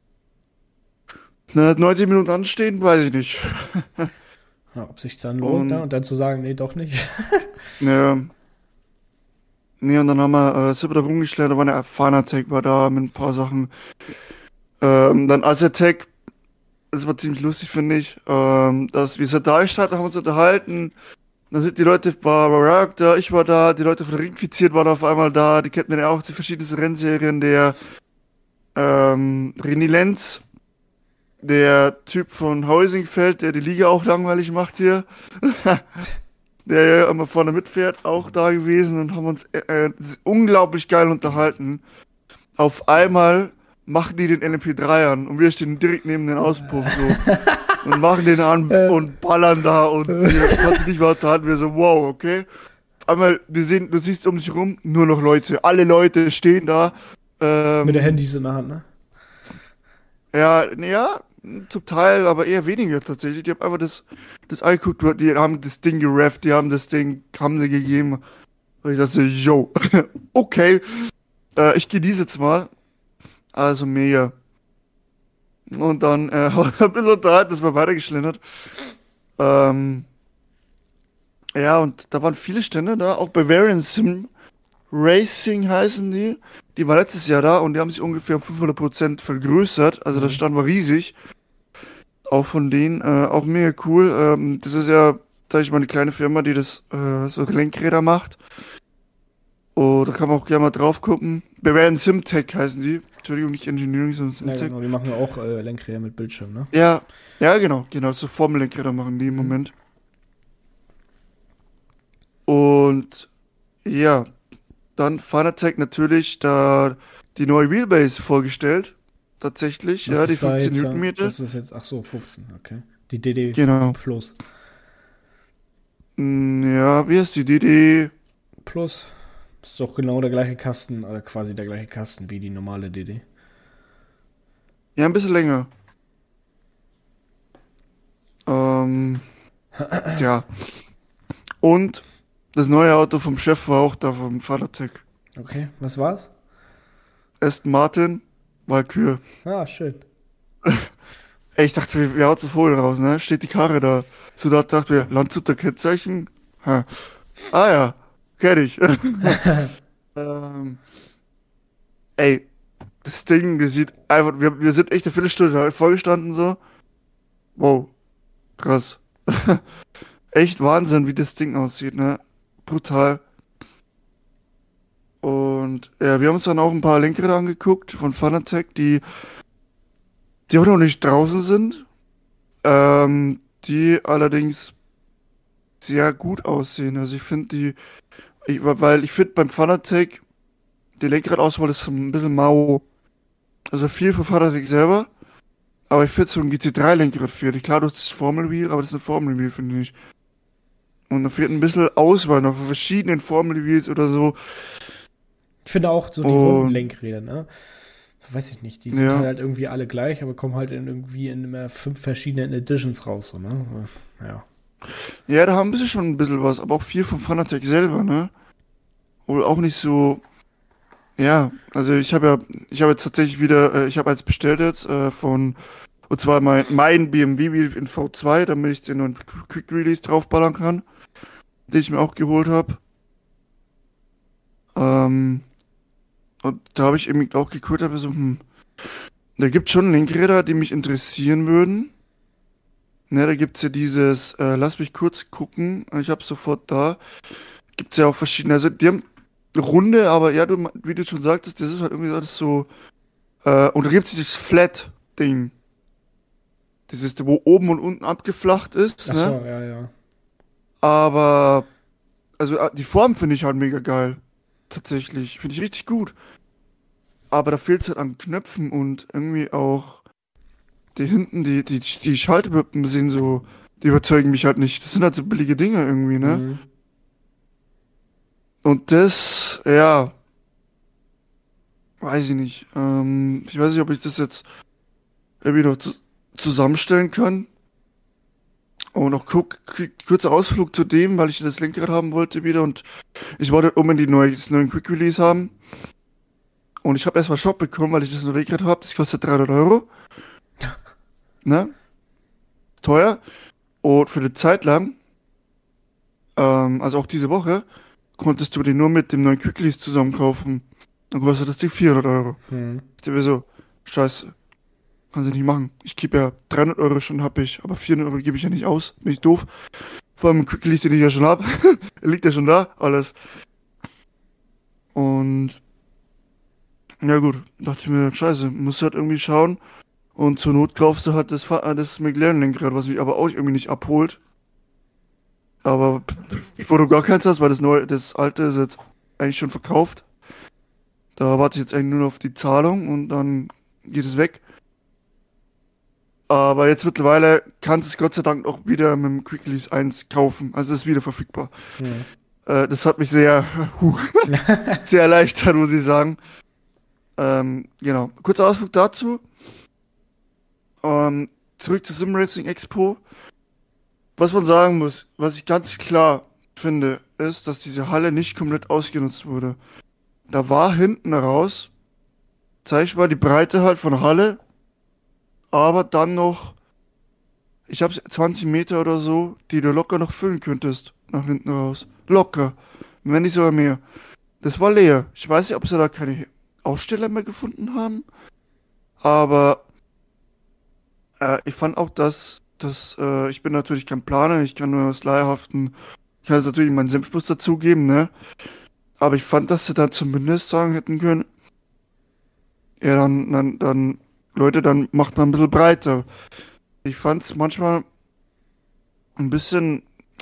Ne, neunzig Minuten anstehen, weiß ich nicht. Ja, ob sich dann lohnt, ne? Und, Und dann zu sagen, nee, doch nicht. ne, nee, und dann haben wir, äh, sind wir da rumgestellt, da war eine Fanatec war da mit ein paar Sachen. Ähm, dann Aztec, das war ziemlich lustig, finde ich. Ähm, dass wir sind da gestanden, haben uns unterhalten. Dann sind die Leute, war Barack da, ich war da, die Leute von Ringfiziert waren auf einmal da, die kennen ja auch die verschiedensten Rennserien, der ähm, René Lenz, der Typ von Heusingfeld, der die Liga auch langweilig macht hier, der ja immer vorne mitfährt, auch da gewesen und haben uns äh, äh, unglaublich geil unterhalten. Auf einmal machen die den L M P drei an und wir stehen direkt neben den Auspuff so und machen den an und ballern da und wir konnten nicht mehr unterhalten. Wir so, wow, okay. Auf einmal, wir sehen, du siehst um dich rum, nur noch Leute. Alle Leute stehen da. Ähm, Mit der Handys in der Hand, ne? Ja, ja, zum Teil, aber eher weniger tatsächlich. Die haben einfach das, das angeguckt, die haben das Ding gerefft, die haben das Ding, haben sie gegeben. Und ich dachte, yo, okay, äh, ich genieße jetzt mal. Also mega. Und dann äh, ein bisschen unterhalten, das war weitergeschlendert. Ähm, ja, und da waren viele Stände da, auch Bavarian Sim Racing heißen die. Die war letztes Jahr da und die haben sich ungefähr um fünfhundert Prozent vergrößert. Also der Mhm. Stand war riesig. Auch von denen, äh, auch mega cool. Ähm, das ist ja, sag ich mal, eine kleine Firma, die das äh, so Lenkräder macht. Oh, da kann man auch gerne mal drauf gucken. Bavarian Simtech heißen die. Entschuldigung, nicht Engineering, sondern Ja, Simtech. genau, die machen ja auch äh, Lenkräder mit Bildschirm, ne? Ja, ja, genau, genau. So Formellenkräder machen die im Mhm. Moment. Und ja, dann Fanatec natürlich da die neue Wheelbase vorgestellt. Tatsächlich, Was ja, die ist da fünfzehn jetzt? äh, Newtonmeter. Das ist jetzt, ach so, fünfzehn, okay. Die D D Genau. Plus. Mm, Ja, wie heißt die? D D? Plus. Ist doch genau der gleiche Kasten, oder quasi der gleiche Kasten wie die normale D D. Ja, ein bisschen länger. Ähm, ja. Und das neue Auto vom Chef war auch da vom Fanatec. Okay, was war's? Aston Martin, Walküre. Ah, schön. Ey, ich dachte, wir, wir hauen zur Folie raus, ne? Steht die Karre da. So, da dachten wir, Landshuter Kennzeichen? Ha. Ah ja, kenn ich. ähm, ey, das Ding, das sieht einfach, wir, wir sind echt eine Viertelstunde da vorgestanden so. Wow, krass. Echt Wahnsinn, wie das Ding aussieht, ne? Brutal. Und ja, wir haben uns dann auch ein paar Lenkräder angeguckt von Fanatec, die, die auch noch nicht draußen sind. Ähm, die allerdings sehr gut aussehen. Also ich finde die, ich, weil ich finde beim Fanatec, die Lenkradauswahl ist so ein bisschen mau. Also viel für Fanatec selber, aber ich finde so ein G T drei Lenkrad fehlt. Klar, du hast das Formel Wheel, aber das ist ein Formel Wheel, finde ich. Und da fehlt ein bisschen Auswahl noch von verschiedenen Formel Wheels oder so. Ich finde auch so die runden Und Lenkräder, ne? Weiß ich nicht, die sind ja, halt irgendwie alle gleich, aber kommen halt in irgendwie in immer fünf verschiedenen Editions raus, so, ne? Ja. ja, da haben sie schon ein bisschen was, aber auch viel vom Fanatec selber, ne? Wohl auch nicht so. Ja, also ich habe ja, ich habe jetzt tatsächlich wieder, äh, ich habe eins bestellt jetzt äh, von, und zwar mein, mein B M W Wheel in V zwei, damit ich den neuen Quick Release draufballern kann, den ich mir auch geholt habe. Ähm, und da habe ich eben auch geguckt, habe so, hm, da gibt schon Lenkräder, die mich interessieren würden. Ne, da gibt's ja dieses, äh, lass mich kurz gucken, ich habe sofort da, gibt's ja auch verschiedene, also die haben Runde, aber ja, du, wie du schon sagtest, das ist halt irgendwie alles so. Äh, und da gibt es dieses Flat-Ding. Dieses, wo oben und unten abgeflacht ist, Ach so, ne? ja, ja. Aber, also äh, die Form finde ich halt mega geil. Tatsächlich. Finde ich richtig gut. Aber da fehlt es halt an Knöpfen und irgendwie auch die hinten, die, die, die Schaltwippen sind so, die überzeugen mich halt nicht. Das sind halt so billige Dinge irgendwie, ne? Mhm. Und das, ja, weiß ich nicht. Ähm, ich weiß nicht, ob ich das jetzt irgendwie noch zu, zusammenstellen kann. Und noch guck, kurzer Ausflug zu dem, weil ich das Lenkrad haben wollte wieder und ich wollte unbedingt die neue, das neuen Quick Release haben. Und ich habe erstmal Shop bekommen, weil ich das neue Lenkrad habe. Das kostet dreihundert Euro. Ne? Teuer. Und für eine Zeit lang, ähm, also auch diese Woche, konntest du den nur mit dem neuen Quick Release zusammen kaufen. Dann kostet das Ding vierhundert Euro. Mhm. Ich dachte mir so, scheiße, kann sie nicht machen. Ich gebe ja dreihundert Euro schon, hab ich, aber vierhundert Euro gebe ich ja nicht aus. Bin ich doof. Vor allem Quick Release, den ich ja schon hab. Liegt ja schon da, alles. Und ja gut, dachte ich mir, scheiße, musst du halt irgendwie schauen. Und zur Not kaufst du halt das, Fa- äh, das McLaren-Lenkrad, was mich aber auch irgendwie nicht abholt. Aber bevor du gar keins hast, weil das neue, das alte ist jetzt eigentlich schon verkauft. Da warte ich jetzt eigentlich nur noch auf die Zahlung und dann geht es weg. Aber jetzt mittlerweile kannst du es Gott sei Dank auch wieder mit dem Quick Release eins kaufen. Also es ist wieder verfügbar. Mhm. Äh, das hat mich sehr, huh, sehr erleichtert, muss ich sagen. Ähm, genau. Kurzer Ausflug dazu. Ähm, zurück zur Sim Racing Expo. Was man sagen muss, was ich ganz klar finde, ist, dass diese Halle nicht komplett ausgenutzt wurde. Da war hinten raus, zeig ich mal, die Breite halt von der Halle, aber dann noch, ich habe zwanzig Meter oder so, die du locker noch füllen könntest, nach hinten raus. Locker. Wenn nicht sogar mehr. Das war leer. Ich weiß nicht, ob sie da keine Aussteller mehr gefunden haben, aber äh, ich fand auch, dass, dass äh, ich bin natürlich kein Planer, ich kann nur aus leihhaften, ich kann jetzt natürlich meinen Senf bloß dazugeben, ne? Aber ich fand, dass sie da zumindest sagen hätten können, ja, dann, dann, dann, Leute, dann macht man ein bisschen breiter. Ich fand es manchmal ein bisschen,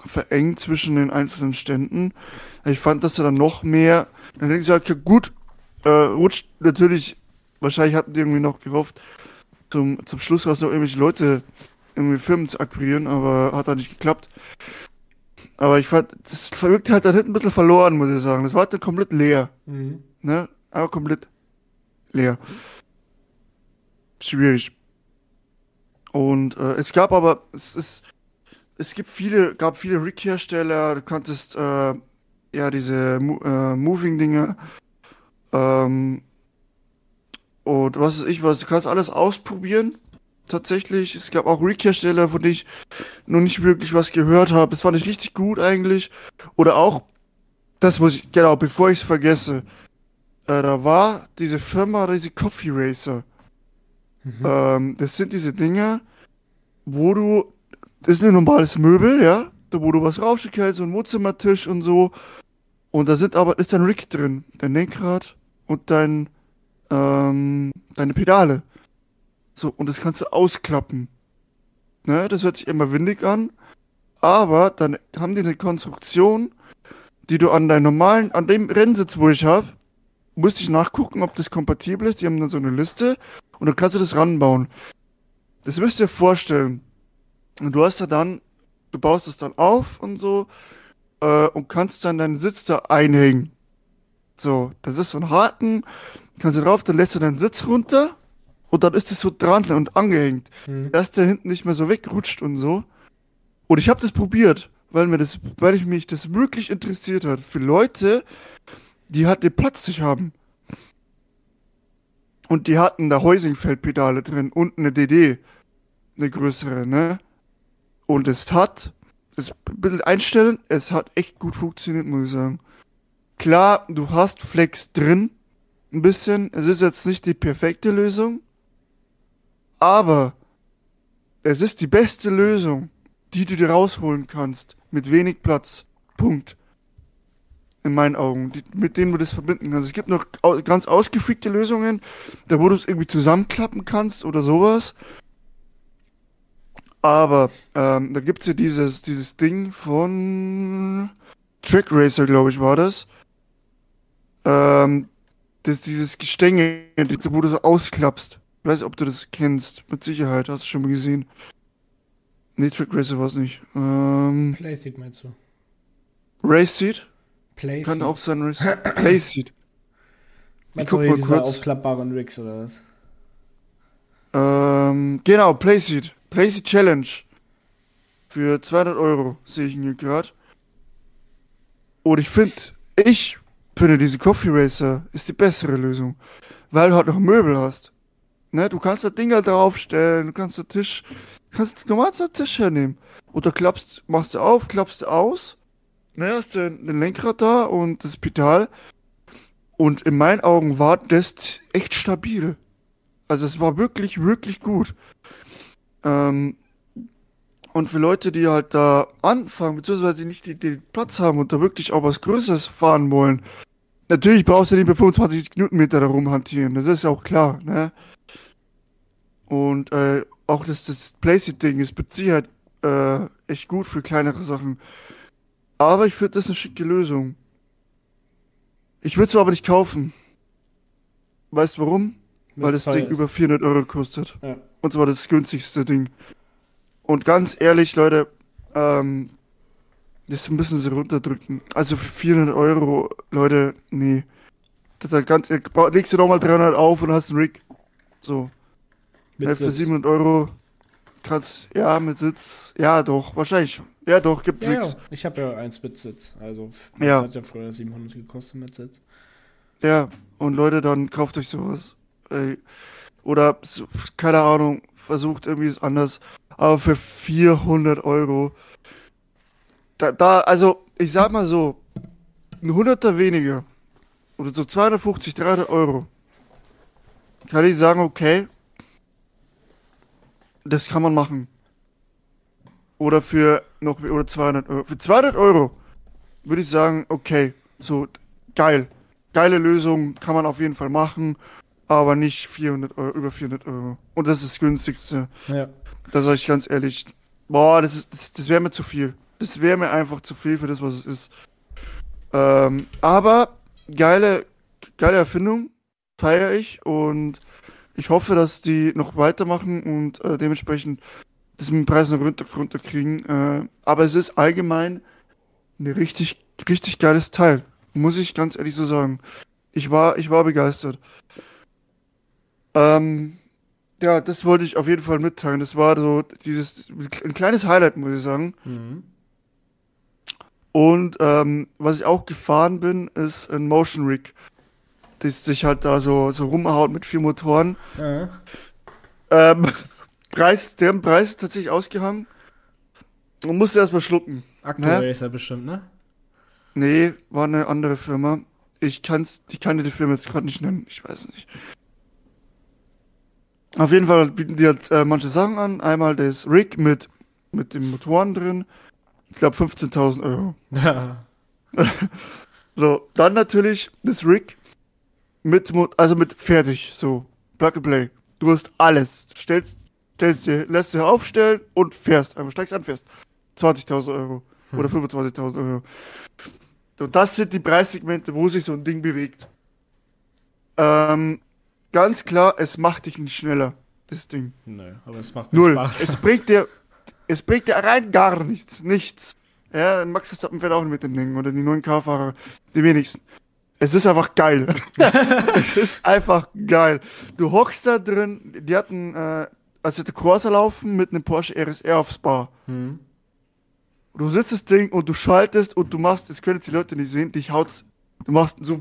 verengt zwischen den einzelnen Ständen. Ich fand, dass er dann noch mehr, dann denke ich, okay, gut, äh, rutscht natürlich, wahrscheinlich hatten die irgendwie noch gehofft, zum, zum Schluss raus noch irgendwelche Leute, irgendwie Firmen zu akquirieren, aber hat dann nicht geklappt. Aber ich fand, das wirkt halt dann hinten ein bisschen verloren, muss ich sagen. Das war halt dann komplett leer. Mhm. Ne? Aber komplett leer. Schwierig. Und äh, es gab aber, es ist, es gibt viele, gab viele Rig-Hersteller, du konntest, äh, ja, diese Mo äh, Moving-Dinge, ähm, und was weiß ich was, du kannst alles ausprobieren. Tatsächlich, es gab auch Rig-Hersteller, von denen ich noch nicht wirklich was gehört habe. Das fand ich richtig gut eigentlich. Oder auch, das muss ich, genau, bevor ich es vergesse, äh, da war diese Firma, diese Coffee Racer. Mhm. Ähm, das sind diese Dinger, wo du, das ist ein normales Möbel, ja, da wo du was raufschicken kannst, so ein Wohnzimmertisch und so. Und da sind aber, ist ein Rig drin, dein Lenkrad und dein, ähm, deine Pedale. So, und das kannst du ausklappen. Ne, das hört sich immer windig an, aber dann haben die eine Konstruktion, die du an deinem normalen, an dem Rennsitz, wo ich habe, musste ich nachgucken, ob das kompatibel ist. Die haben dann so eine Liste und dann kannst du das ranbauen. Das müsst ihr dir vorstellen. Und du hast ja dann, du baust es dann auf und so äh, und kannst dann deinen Sitz da einhängen. So, das ist so ein Haken, kannst du drauf, dann lässt du deinen Sitz runter und dann ist es so dran und angehängt, Mhm. dass der hinten nicht mehr so wegrutscht und so. Und ich habe das probiert, weil mir das, weil ich mich das wirklich interessiert hat. Für Leute, die halt den Platz nicht haben. Und die hatten da Heusing-Feldpedale drin und eine D D, eine größere, ne? Und es hat, das bitte einstellen, es hat echt gut funktioniert, muss ich sagen. Klar, du hast Flex drin, ein bisschen. Es ist jetzt nicht die perfekte Lösung, aber es ist die beste Lösung, die du dir rausholen kannst, mit wenig Platz. Punkt. In meinen Augen, die, mit denen du das verbinden kannst. Es gibt noch au ganz ausgefreakte Lösungen, da wo du es irgendwie zusammenklappen kannst oder sowas. Aber ähm, da gibt es ja dieses, dieses Ding von Track Racer, glaube ich, war das. Ähm, das dieses Gestänge, wo du so ausklappst. Ich weiß nicht, ob du das kennst. Mit Sicherheit, hast du schon mal gesehen. Nee, Track Racer war es nicht. Ähm, Playseat meinst du? Race Seat? Playseat. Kann auch sein, Race Play Seat. Ich Meinst du guck hier mal diese kurz. aufklappbaren Rigs oder was? Ähm, genau, Playseat. Playseat Challenge. Für zweihundert Euro sehe ich ihn hier gerade. Und ich finde, ich finde, diese Coffee Racer ist die bessere Lösung. Weil du halt noch Möbel hast. Ne, du kannst da Dinger draufstellen, du kannst den Tisch, kannst normal so einen Tisch hernehmen. Und da klappst, machst du auf, klappst du aus. Ne, hast du den Lenkrad da und das Pedal. Und in meinen Augen war das echt stabil. Also es war wirklich, wirklich gut. Ähm, und für Leute, die halt da anfangen, beziehungsweise die nicht die, den Platz haben und da wirklich auch was Größeres fahren wollen, natürlich brauchst du nicht mit fünfundzwanzig Newtonmeter da rumhantieren, das ist ja auch klar, ne? Und äh, auch das, das Playseat-Ding ist mit Sicherheit äh, echt gut für kleinere Sachen. Aber ich finde das eine schicke Lösung. Ich würde es mir aber nicht kaufen. Weißt du warum? Weil Wenn's das teuer Ding ist. über vierhundert Euro kostet. Ja. Und zwar das günstigste Ding. Und ganz ehrlich, Leute, ähm, das müssen sie runterdrücken. Also für vierhundert Euro, Leute, nee. Das ist ganz, legst du nochmal dreihundert auf und hast einen Rig. So. Mit Ja, für Sitz. siebenhundert Euro kannst, ja, mit Sitz, ja doch, wahrscheinlich schon. Ja doch, gibt Ja, Rigs. ja. Ich habe ja eins mit Sitz. Also, das Ja. hat ja früher siebenhundert gekostet mit Sitz. Ja, und Leute, dann kauft euch sowas. Ey. Oder, so, keine Ahnung, versucht irgendwie es anders. Aber für vierhundert Euro, da, da, also, ich sag mal so, ein Hunderter weniger, oder so zweihundertfünfzig, dreihundert Euro, kann ich sagen, okay, das kann man machen. Oder für noch, oder zweihundert Euro. Für zweihundert Euro würde ich sagen, okay, so, geil. Geile Lösung, kann man auf jeden Fall machen, aber nicht vierhundert Euro, über vierhundert Euro. Und das ist das günstigste. Ja. Da sage ich ganz ehrlich, boah, das ist, das, das wäre mir zu viel. Das wäre mir einfach zu viel für das, was es ist. Ähm, aber geile, geile Erfindung, feiere ich und ich hoffe, dass die noch weitermachen und äh, dementsprechend das mit dem Preis noch runter, runterkriegen. Äh, aber es ist allgemein ein richtig, richtig geiles Teil. Muss ich ganz ehrlich so sagen. Ich war, ich war begeistert. Ähm, ja, das wollte ich auf jeden Fall mitteilen. Das war so dieses, ein kleines Highlight, muss ich sagen. Mhm. Und ähm, was ich auch gefahren bin, ist ein Motion Rig, das sich halt da so, so rumhaut mit vier Motoren. Ja. Ähm, Preis, deren Preis ist tatsächlich ausgehangen. Man musste erstmal schlucken. Aktuell Ne? ist er bestimmt, ne? Nee, war eine andere Firma. Ich kann's, ich kann dir die Firma jetzt gerade nicht nennen. Ich weiß es nicht. Auf jeden Fall bieten die halt äh, manche Sachen an. Einmal das Rig mit, mit den Motoren drin. Ich glaube fünfzehntausend Euro. Ja. So, dann natürlich das Rig mit, Mo- also mit fertig, so, Plug and Play. Du hast alles. Stellst, stellst dir, lässt dir aufstellen und fährst. Einfach steigst an, fährst. zwanzigtausend Euro oder fünfundzwanzigtausend Euro. So, das sind die Preissegmente, wo sich so ein Ding bewegt. Ähm, ganz klar, es macht dich nicht schneller, das Ding. Nö, aber es macht mir Null. Spaß. Es bringt dir, es bringt dir rein gar nichts. Nichts. Ja, Max Verstappen fährt auch nicht mit dem Ding oder die neuen K-Fahrer, die wenigsten. Es ist einfach geil. Es ist einfach geil. Du hockst da drin, die hatten, äh, als sie die Corsa laufen, mit einem Porsche R S R aufs Bar. Hm. Du sitzt das Ding und du schaltest und du machst, das können jetzt die Leute nicht sehen, dich haut's, du machst so,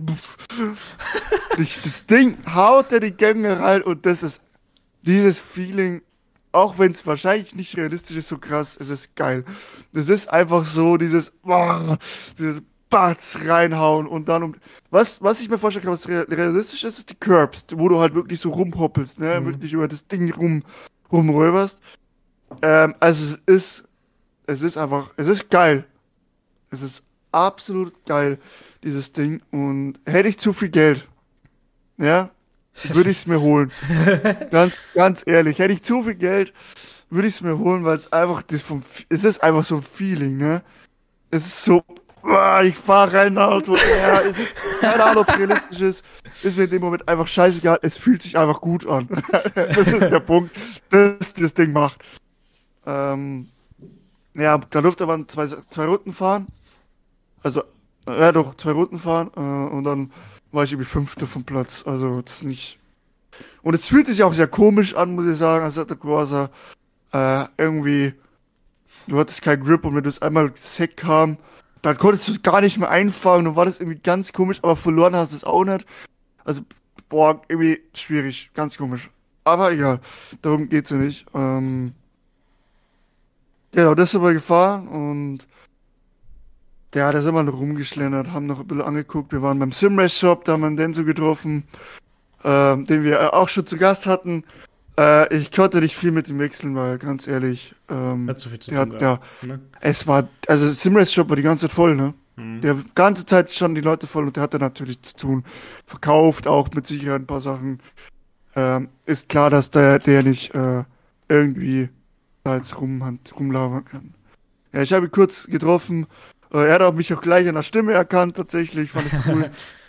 dich, das Ding haut dir die Gänge rein und das ist dieses Feeling, auch wenn es wahrscheinlich nicht realistisch ist, so krass, es ist geil. Das ist einfach so, dieses, boah, dieses Batz reinhauen und dann um, was, was ich mir vorstellen kann, was rea- realistisch ist, ist die Curbs, wo du halt wirklich so rumhoppelst, ne, Mhm. wirklich über das Ding rum, rumröberst. Ähm, also es ist, es ist einfach, es ist geil. Es ist absolut geil, dieses Ding. Und hätte ich zu viel Geld, ja, würde ich es mir holen. Ganz, ganz ehrlich, hätte ich zu viel Geld, würde ich es mir holen, weil es einfach, das vom, es ist einfach so ein Feeling, ne? Es ist so, ah, ich fahre ein Auto, ja, es ist, keine Ahnung, ob realistisch ist, ist mir in dem Moment einfach scheißegal, es fühlt sich einfach gut an. Das ist der Punkt, das das Ding macht. Ähm, ja, da durfte man zwei, zwei Runden fahren. Also, äh, ja doch, zwei Runden fahren. Äh, und dann war ich irgendwie Fünfter vom Platz. Also, das ist nicht. Und es fühlte sich auch sehr komisch an, muss ich sagen, als der Corsa. Äh, irgendwie, du hattest keinen Grip und wenn du es einmal das Heck kam, dann konntest du gar nicht mehr einfahren. Dann war das irgendwie ganz komisch, aber verloren hast du es auch nicht. Also, boah, irgendwie schwierig, ganz komisch. Aber egal, darum geht's ja nicht. Ähm, genau, das sind wir gefahren und ja, da sind wir noch rumgeschlendert, haben noch ein bisschen angeguckt. Wir waren beim Simrace Shop, da haben wir einen Denso getroffen, ähm, den wir äh, auch schon zu Gast hatten. Äh, ich konnte nicht viel mit ihm wechseln, weil ganz ehrlich, ähm, Hat zu viel zu der tun hat, ja, gehabt. Ne? es war, also Simrace Shop war die ganze Zeit voll, ne? Mhm. Der ganze Zeit standen die Leute voll und der hatte natürlich zu tun. Verkauft auch mit Sicherheit ein paar Sachen. Ähm, ist klar, dass der, der nicht äh, irgendwie da jetzt rum, rumlaufen kann. Ja, ich habe ihn kurz getroffen. Äh, er hat auch mich auch gleich an der Stimme erkannt, tatsächlich. Fand ich cool.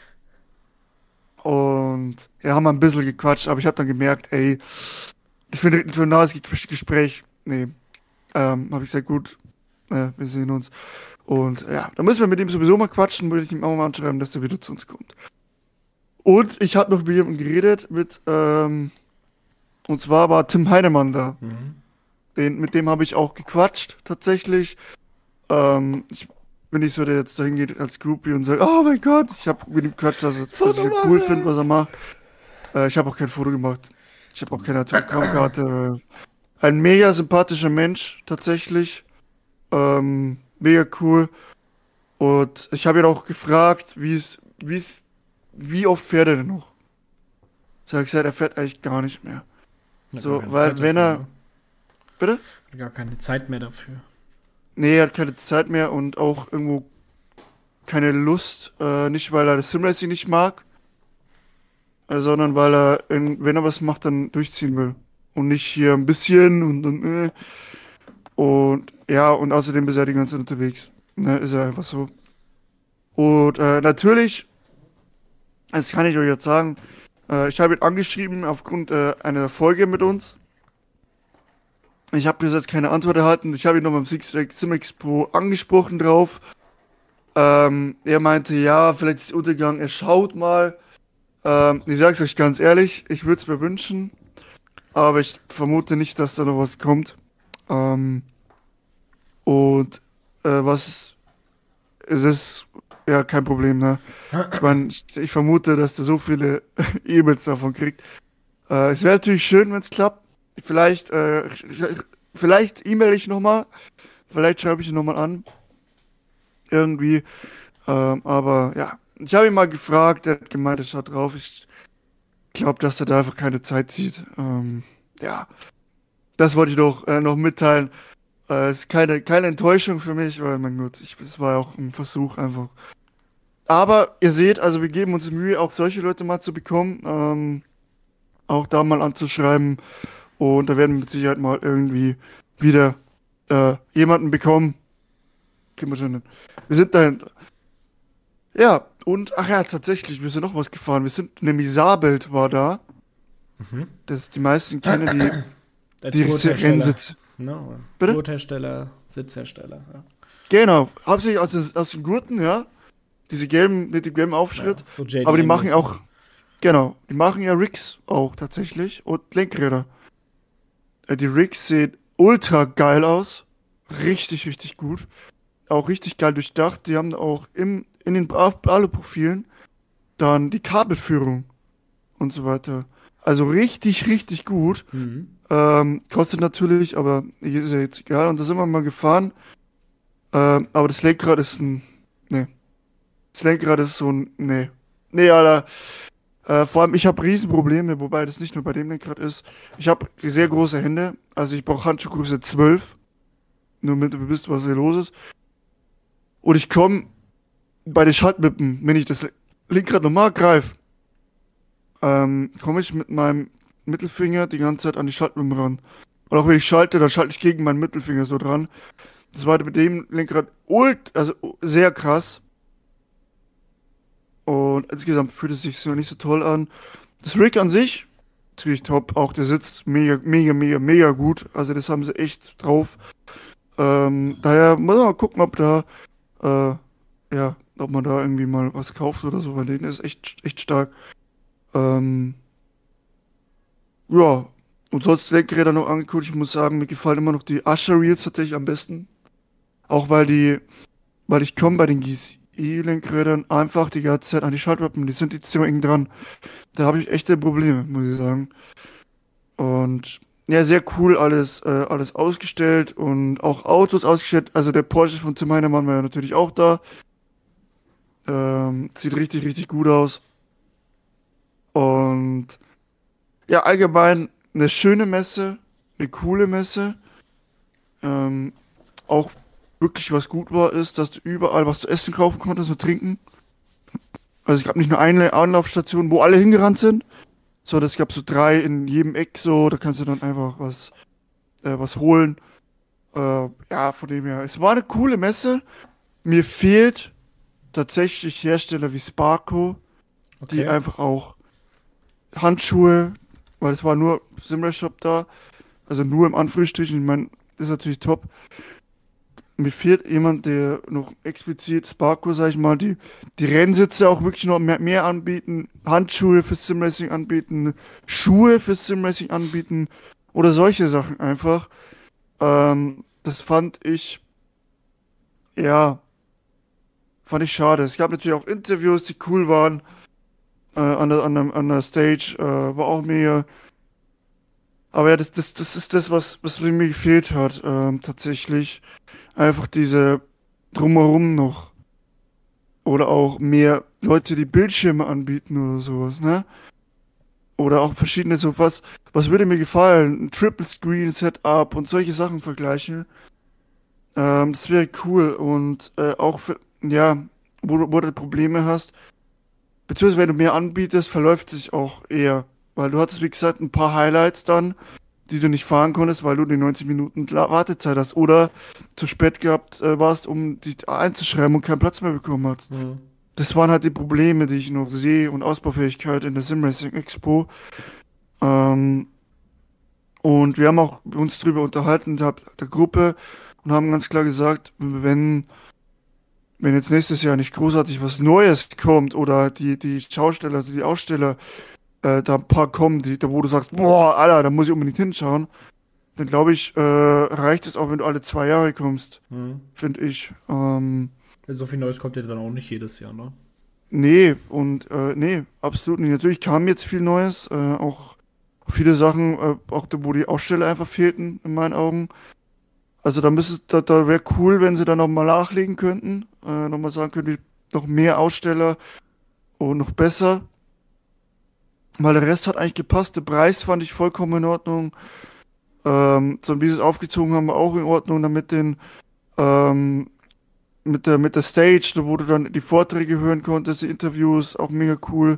Und ja, haben wir ein bisschen gequatscht, aber ich habe dann gemerkt, ey, ich finde für ein neues Ge- Gespräch, nee, ähm, habe ich sehr gut. Äh, wir sehen uns. Und ja, da müssen wir mit ihm sowieso mal quatschen, würde ich ihm auch mal anschreiben, dass er wieder zu uns kommt. Und ich habe noch mit jemandem geredet, mit, ähm, und zwar war Tim Heinemann da. Mhm. Den, mit dem habe ich auch gequatscht, tatsächlich. Ähm, ich bin nicht so, der jetzt dahin geht als Groupie und sagt, oh mein Gott, ich habe mit ihm gequatscht, dass, er- dass ich cool finde, was er macht. Äh, ich habe auch kein Foto gemacht. Ich habe auch keine Autogrammkarte. Ein mega sympathischer Mensch, tatsächlich. Ähm, mega cool. Und ich habe ihn auch gefragt, wie es, wie es, wie oft fährt er denn noch? Sag ich, er fährt eigentlich gar nicht mehr. Hat So, gar keine weil Zeit wenn dafür, er, ne? bitte? Hat gar keine Zeit mehr dafür. Nee, er hat keine Zeit mehr und auch irgendwo keine Lust. Äh, nicht, weil er das Simracing nicht mag, äh, sondern weil er, in, wenn er was macht, dann durchziehen will. Und nicht hier ein bisschen und dann, äh. Und ja, und außerdem ist er die ganze Zeit unterwegs. Ne, ist er einfach so. Und äh, natürlich, das kann ich euch jetzt sagen, äh, ich habe ihn angeschrieben aufgrund äh, einer Folge mit uns. Ich habe bis jetzt keine Antwort erhalten. Ich habe ihn noch beim Six Sim Expo angesprochen drauf. Ähm, er meinte, ja, vielleicht ist Untergang, er schaut mal. Ähm, ich sag's euch ganz ehrlich, ich würde es mir wünschen, aber ich vermute nicht, dass da noch was kommt. Ähm, und äh, was, es ist ja kein Problem, ne? Ich meine, ich, ich vermute, dass der so viele E-Mails davon kriegt. Äh, es wäre natürlich schön, wenn es klappt. Vielleicht, äh, vielleicht E-Mail ich nochmal, vielleicht schreibe ich ihn nochmal an. Irgendwie. Ähm, aber ja, ich habe ihn mal gefragt, er hat gemeint, er schaut drauf. Ich glaube, dass er da einfach keine Zeit sieht. Ähm, ja, das wollte ich doch äh, noch mitteilen. Äh, es ist keine, keine Enttäuschung für mich, weil, mein Gott, ich, es war ja auch ein Versuch einfach. Aber ihr seht, also wir geben uns Mühe, auch solche Leute mal zu bekommen, ähm, auch da mal anzuschreiben. Und da werden wir mit Sicherheit mal irgendwie wieder äh, jemanden bekommen. Kriegen wir schon hin. Wir sind dahinter. Ja, und, ach ja, tatsächlich, wir sind noch was gefahren. Wir sind, nämlich Sabelt war da. Mhm. Das die meisten kennen, die, Als die Gurthersteller. Rennsitz. No. Bitte? Gurthersteller, Sitzhersteller. Ja. Genau, hauptsächlich aus, des- aus den Gurten, ja. Diese gelben, mit dem gelben Aufschritt. Ja, so J D Aber die machen M-mäßig. auch, genau, die machen ja Rigs auch tatsächlich und Lenkräder. Äh, Die Rigs sehen ultra geil aus. Richtig, richtig gut. Auch richtig geil durchdacht. Die haben auch im, in den Bra- Aluprofilen dann die Kabelführung und so weiter. Also richtig, richtig gut. Mhm. Ähm, kostet natürlich, aber ist ja jetzt egal. Und da sind wir mal gefahren. Ähm, aber das Lenkrad ist ein, nee. Das Lenkrad ist so ein, nee. Nee, Alter. Äh, vor allem, ich habe Riesenprobleme, wobei das nicht nur bei dem Lenkrad ist. Ich habe sehr große Hände. Also ich brauche Handschuhgröße zwölf. Nur damit du wisst, was hier los ist. Und ich komme bei den Schaltwippen, wenn ich das Lenkrad normal greife, ähm, komme ich mit meinem Mittelfinger die ganze Zeit an die Schaltwippen ran. Und auch wenn ich schalte, dann schalte ich gegen meinen Mittelfinger so dran. Das war mit dem Lenkrad ult, also sehr krass. Und insgesamt fühlt es sich so nicht so toll an. Das Rig an sich, natürlich top. Auch der Sitz mega, mega, mega, mega gut. Also das haben sie echt drauf. Ähm, daher muss man mal gucken, ob da, äh, ja, ob man da irgendwie mal was kauft oder so. Bei denen ist echt, echt stark. Ähm, ja. Und sonst Lenkräder noch angeguckt. Ich muss sagen, mir gefallen immer noch die Usher Reels tatsächlich am besten. Auch weil die, weil ich komme bei den G S I-Lenkrädern einfach die ganze Zeit an die Schaltwappen. Die sind jetzt ziemlich eng dran. Da habe ich echte Probleme, muss ich sagen. Und ja, sehr cool alles, äh, alles ausgestellt und auch Autos ausgestellt. Also der Porsche von Tim Heinemann war ja natürlich auch da. Ähm, sieht richtig, richtig gut aus. Und ja, allgemein eine schöne Messe, eine coole Messe. Ähm, auch wirklich was gut war, ist, dass du überall was zu essen kaufen konntest und trinken. Also es gab nicht nur eine Anlaufstation, wo alle hingerannt sind, sondern es gab so drei in jedem Eck so, da kannst du dann einfach was, äh, was holen. Äh, ja, von dem her. Es war eine coole Messe. Mir fehlt tatsächlich Hersteller wie Sparco, die Okay. einfach auch Handschuhe, weil es war nur Simrad Shop da, also nur im Anführungsstrichen, ich meine, ist natürlich top. Mir fehlt jemand, der noch explizit Sparco, sag ich mal, die, die Rennsitze auch wirklich noch mehr, mehr anbieten, Handschuhe für Simracing anbieten, Schuhe für Simracing anbieten oder solche Sachen einfach. Ähm, das fand ich, ja, fand ich schade. Es gab natürlich auch Interviews, die cool waren, äh, an der, an der, an der Stage, äh, war auch mega. Aber ja, das, das, das ist das, was, was mir gefehlt hat, ähm, tatsächlich. Einfach diese drumherum noch. Oder auch mehr Leute, die Bildschirme anbieten oder sowas, ne? Oder auch verschiedene so was. Was würde mir gefallen? Ein Triple Screen Setup und solche Sachen vergleichen. Ähm, das wäre cool. Und äh, auch für, ja, wo, du- wo du Probleme hast. Beziehungsweise wenn du mehr anbietest, verläuft es sich auch eher. Weil du hattest, wie gesagt, ein paar Highlights dann. die du nicht fahren konntest, weil du die neunzig Minuten Wartezeit hast oder zu spät gehabt äh, warst, um dich einzuschreiben und keinen Platz mehr bekommen hast. Mhm. Das waren halt die Probleme, die ich noch sehe und Ausbaufähigkeit in der Simracing Expo. Ähm, und wir haben auch uns drüber unterhalten, der, der Gruppe, und haben ganz klar gesagt, wenn, wenn jetzt nächstes Jahr nicht großartig was Neues kommt oder die, die Schausteller, also die Aussteller, äh, da ein paar kommen, die, da wo du sagst, boah, Alter, da muss ich unbedingt hinschauen, dann glaube ich, äh, reicht es auch, wenn du alle zwei Jahre kommst, hm. finde ich. Ähm, So viel Neues kommt ja dann auch nicht jedes Jahr, ne? Nee, und äh, nee, absolut nicht. Natürlich kam jetzt viel Neues, äh, auch viele Sachen, äh, auch da, wo die Aussteller einfach fehlten, in meinen Augen. Also da müsste, da, da wäre cool, wenn sie da nochmal nachlegen könnten, äh, nochmal sagen könnten, noch mehr Aussteller und noch besser. Weil der Rest hat eigentlich gepasst. Der Preis fand ich vollkommen in Ordnung. Ähm, so wie sie es aufgezogen haben, war auch in Ordnung, damit den ähm, mit der, mit der Stage, wo du dann die Vorträge hören konntest, die Interviews, auch mega cool.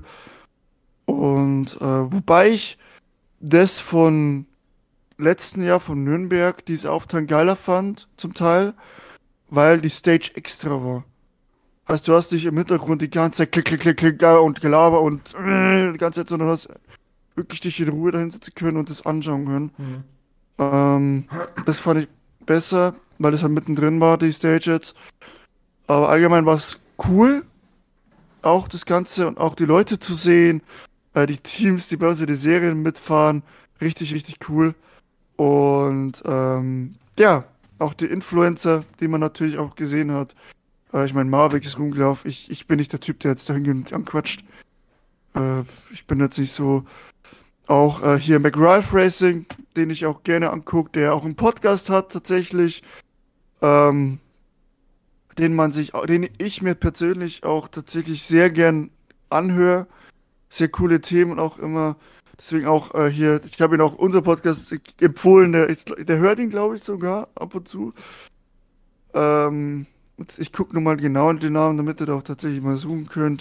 Und äh, wobei ich das von letzten Jahr von Nürnberg, diese Aufteilung geiler fand, zum Teil, weil die Stage extra war. Heißt, du hast dich im Hintergrund die ganze Zeit klick, klick, klick, klick und Gelaber und äh, die ganze Zeit, sondern hast wirklich dich in Ruhe dahin sitzen können und das anschauen können. Mhm. Ähm, das fand ich besser, weil das halt mittendrin war, die Stage jetzt. Aber allgemein war es cool, auch das Ganze und auch die Leute zu sehen, äh, die Teams, die bei uns in die Serien mitfahren, richtig, richtig cool. Und ähm, ja, auch die Influencer, die man natürlich auch gesehen hat. Äh, ich meine, Marvick ist rumgelaufen. Ich, ich bin nicht der Typ, der jetzt da hingeht und anquatscht. Äh, ich bin jetzt nicht so. Auch äh, hier McRalph Racing, den ich auch gerne angucke, der auch einen Podcast hat tatsächlich. Ähm, den man sich, den ich mir persönlich auch tatsächlich sehr gern anhöre. Sehr coole Themen auch immer. Deswegen auch äh, hier, ich habe ihn auch unser Podcast empfohlen, der, ist, der hört ihn, glaube ich, sogar ab und zu. Ähm, ich gucke nochmal genau in den Namen, damit ihr da auch tatsächlich mal suchen könnt.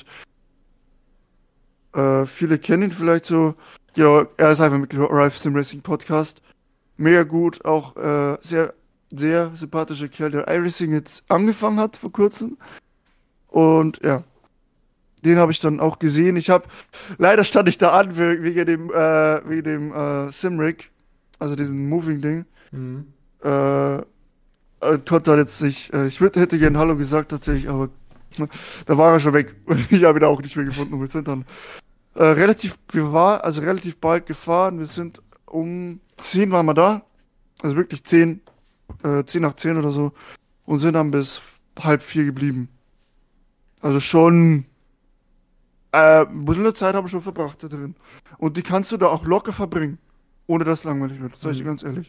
Äh, viele kennen ihn vielleicht so. Ja, er ist einfach mit Ralph Sim Racing Podcast. Mega gut, auch äh, sehr sehr sympathischer Kerl, der iRacing jetzt angefangen hat vor kurzem. Und ja, den habe ich dann auch gesehen. Ich habe, leider stand ich da an wegen dem, äh, wegen dem äh, Simrig, also diesem Moving-Ding. Mhm. Äh, konnte er jetzt nicht, äh, ich würd, hätte gerne Hallo gesagt tatsächlich, aber da war er schon weg. Ich habe ihn auch nicht mehr gefunden. Und wir sind dann äh, relativ, wir waren also relativ bald gefahren. Wir sind um zehn waren wir da. Also wirklich zehn Äh, zehn nach zehn oder so und sind dann bis halb vier geblieben. Also schon äh, ein bisschen Zeit habe ich schon verbracht da drin. Und die kannst du da auch locker verbringen, ohne dass es langweilig wird. Das sag ich dir ganz ehrlich.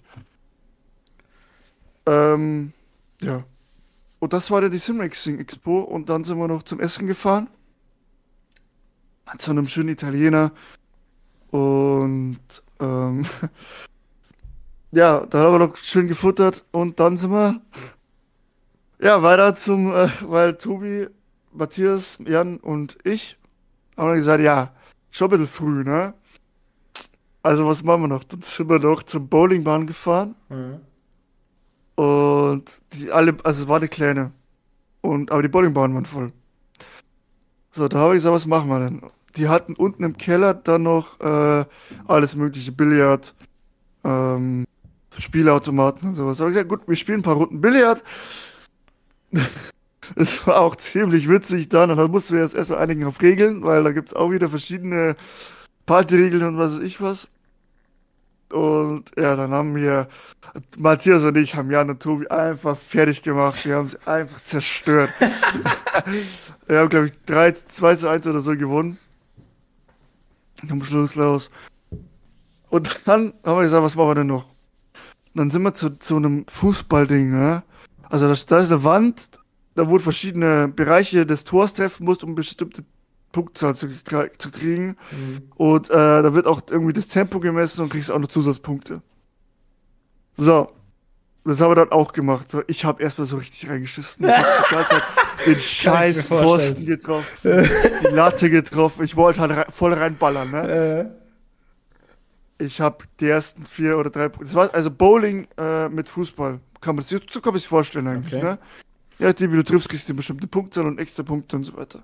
Ähm, ja. Und das war dann die Simracing Expo und dann sind wir noch zum Essen gefahren. Zu einem schönen Italiener. Und ähm, ja, da haben wir noch schön gefuttert und dann sind wir ja weiter zum, äh, weil Tobi, Matthias, Jan und ich haben dann gesagt, ja, schon ein bisschen früh, ne? Also was machen wir noch? Dann sind wir noch zur Bowlingbahn gefahren. Mhm. Und die alle, also es war eine kleine. Und, aber die Bowlingbahnen waren voll. So, da habe ich gesagt, was machen wir denn? Die hatten unten im Keller dann noch äh, alles mögliche, Billard, ähm, Spielautomaten und sowas. Da habe ich gesagt, gut, wir spielen ein paar Runden Billard. Das war auch ziemlich witzig dann. Und dann mussten wir jetzt erstmal einigen auf Regeln, weil da gibt es auch wieder verschiedene Partyregeln und was weiß ich was. Und ja, dann haben wir, Matthias und ich haben Jan und Tobi einfach fertig gemacht. Wir haben sie einfach zerstört. Wir haben, glaube ich, drei, zwei zu eins oder so gewonnen. Am Schluss los. Und dann haben wir gesagt, was machen wir denn noch? Dann sind wir zu, zu einem Fußballding, ne? Also das, da ist eine Wand, da wo du verschiedene Bereiche des Tors treffen musst, um eine bestimmte Punktzahl zu, zu kriegen. Mhm. Und äh, da wird auch irgendwie das Tempo gemessen und kriegst auch noch Zusatzpunkte. So, das haben wir dann auch gemacht. So, ich habe erstmal so richtig reingeschissen. Ich hab die ganze Zeit den scheiß Pfosten getroffen, die Latte getroffen. Ich wollte halt re voll reinballern, ne? Äh. ich habe die ersten vier oder drei Punkte. Das war also Bowling äh, mit Fußball. Kann man sich, so kann man sich vorstellen eigentlich, Okay. ne? Ja, die, wie du triffst, kriegst du eine bestimmte Punktzahl und extra Punkte und so weiter.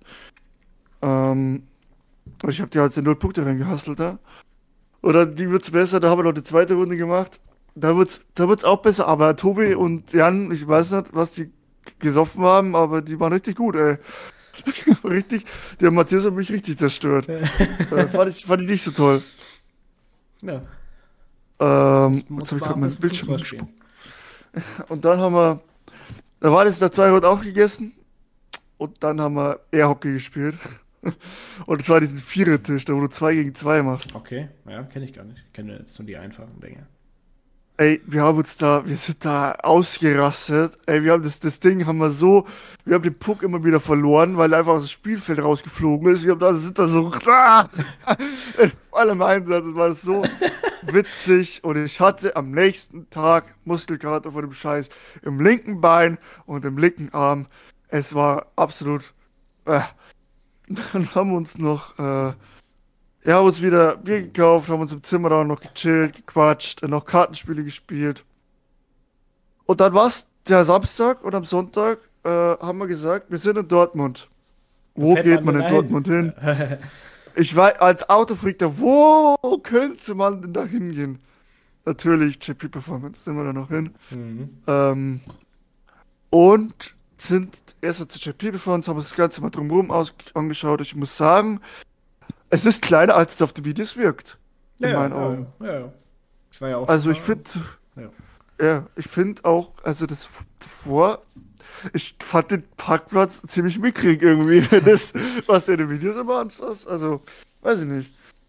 Ähm, und ich habe die halt in null Punkte reingehustelt, da. Und dann ging es besser, da haben wir noch die zweite Runde gemacht. Da wird's, da wird's auch besser, aber Tobi und Jan, ich weiß nicht, was die gesoffen haben, aber die waren richtig gut, ey. Richtig, der Matthias hat mich richtig zerstört. äh, fand ich, fand ich nicht so toll. Ja. Ähm, jetzt Muss habe ich man gerade ein mein bisschen Bildschirm Fußball gespuckt. spielen. Und dann haben wir, da war das nach zwei Runden auch gegessen. Und dann haben wir Airhockey gespielt. Und es war diesen Vierertisch, da wo du zwei gegen zwei machst. Okay, ja, kenne ich gar nicht. Ich kenne jetzt nur die einfachen Dinge. Ey, wir haben uns da, wir sind da ausgerastet. Ey, wir haben das, das Ding haben wir so, wir haben den Puck immer wieder verloren, weil er einfach aus dem Spielfeld rausgeflogen ist. Wir haben da, sind da so, ah, in allem Einsatz, es war so witzig. Und ich hatte am nächsten Tag Muskelkater von dem Scheiß im linken Bein und im linken Arm. Es war absolut, äh. Dann haben wir uns noch, äh, ja, haben uns wieder Bier gekauft, haben uns im Zimmer da noch gechillt, gequatscht, äh, noch Kartenspiele gespielt. Und dann war's der Samstag und am Sonntag äh, haben wir gesagt, wir sind in Dortmund. Wo Fährt geht man man in denn Dortmund hin? Ich war als Autofreak da, wo könnte man denn da hingehen? Natürlich, J P Performance, sind wir da noch hin. Mhm. Ähm, und sind erstmal zu J P Performance, haben uns das Ganze mal drumherum aus angeschaut. Ich muss sagen, es ist kleiner, als es auf den Videos wirkt. Ja, In ja, meinen ja, Augen. ja, ja. Ich war ja auch Also schon ich mal- finde, Ja. ja, ich finde auch, also das davor, ich fand den Parkplatz ziemlich mickrig irgendwie. Das, was der in den Videos immer anschaut. Also, weiß ich nicht.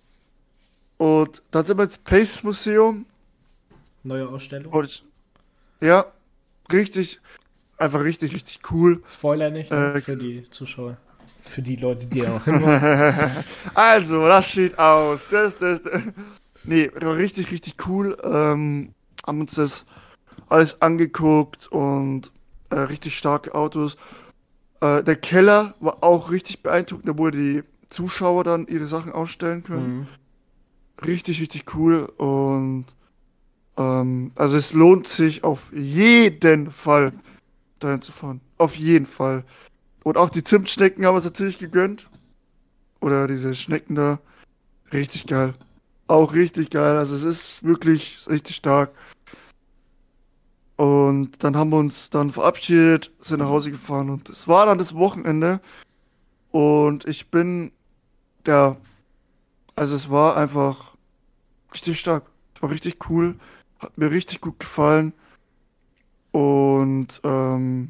Und dann sind wir ins Pace Museum. Neue Ausstellung. Und ich, ja, richtig, einfach richtig, richtig cool. Spoiler nicht, ne? Äh, Für die Zuschauer. Für die Leute, die ja auch hin wollen. Also, das steht aus. Das, das, das. Nee, war richtig, richtig cool. Ähm, haben uns das alles angeguckt und äh, richtig starke Autos. Äh, der Keller war auch richtig beeindruckend, da wo die Zuschauer dann ihre Sachen ausstellen können. Mhm. Richtig, richtig cool. Und ähm, also es lohnt sich auf jeden Fall dahin zu fahren. Auf jeden Fall. Und auch die Zimtschnecken haben wir uns natürlich gegönnt. Oder diese Schnecken da. Richtig geil. Auch richtig geil. Also es ist wirklich richtig stark. Und dann haben wir uns dann verabschiedet, sind nach Hause gefahren und es war dann das Wochenende. Und ich bin, ja, also es war einfach richtig stark. War richtig cool. Hat mir richtig gut gefallen. Und ähm,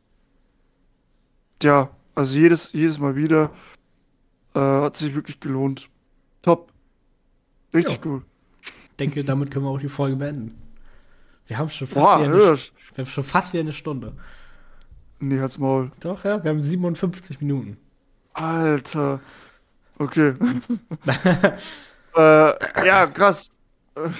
ja, also jedes, jedes Mal wieder äh, hat sich wirklich gelohnt. Top. Richtig cool. Denke, damit können wir auch die Folge beenden. Wir haben schon fast, Boah, wieder, eine, ja, St- wir haben schon fast wieder eine Stunde. nee, halt's Maul. Doch, ja, wir haben siebenundfünfzig Minuten. Alter. Okay. äh, ja, krass. Äh,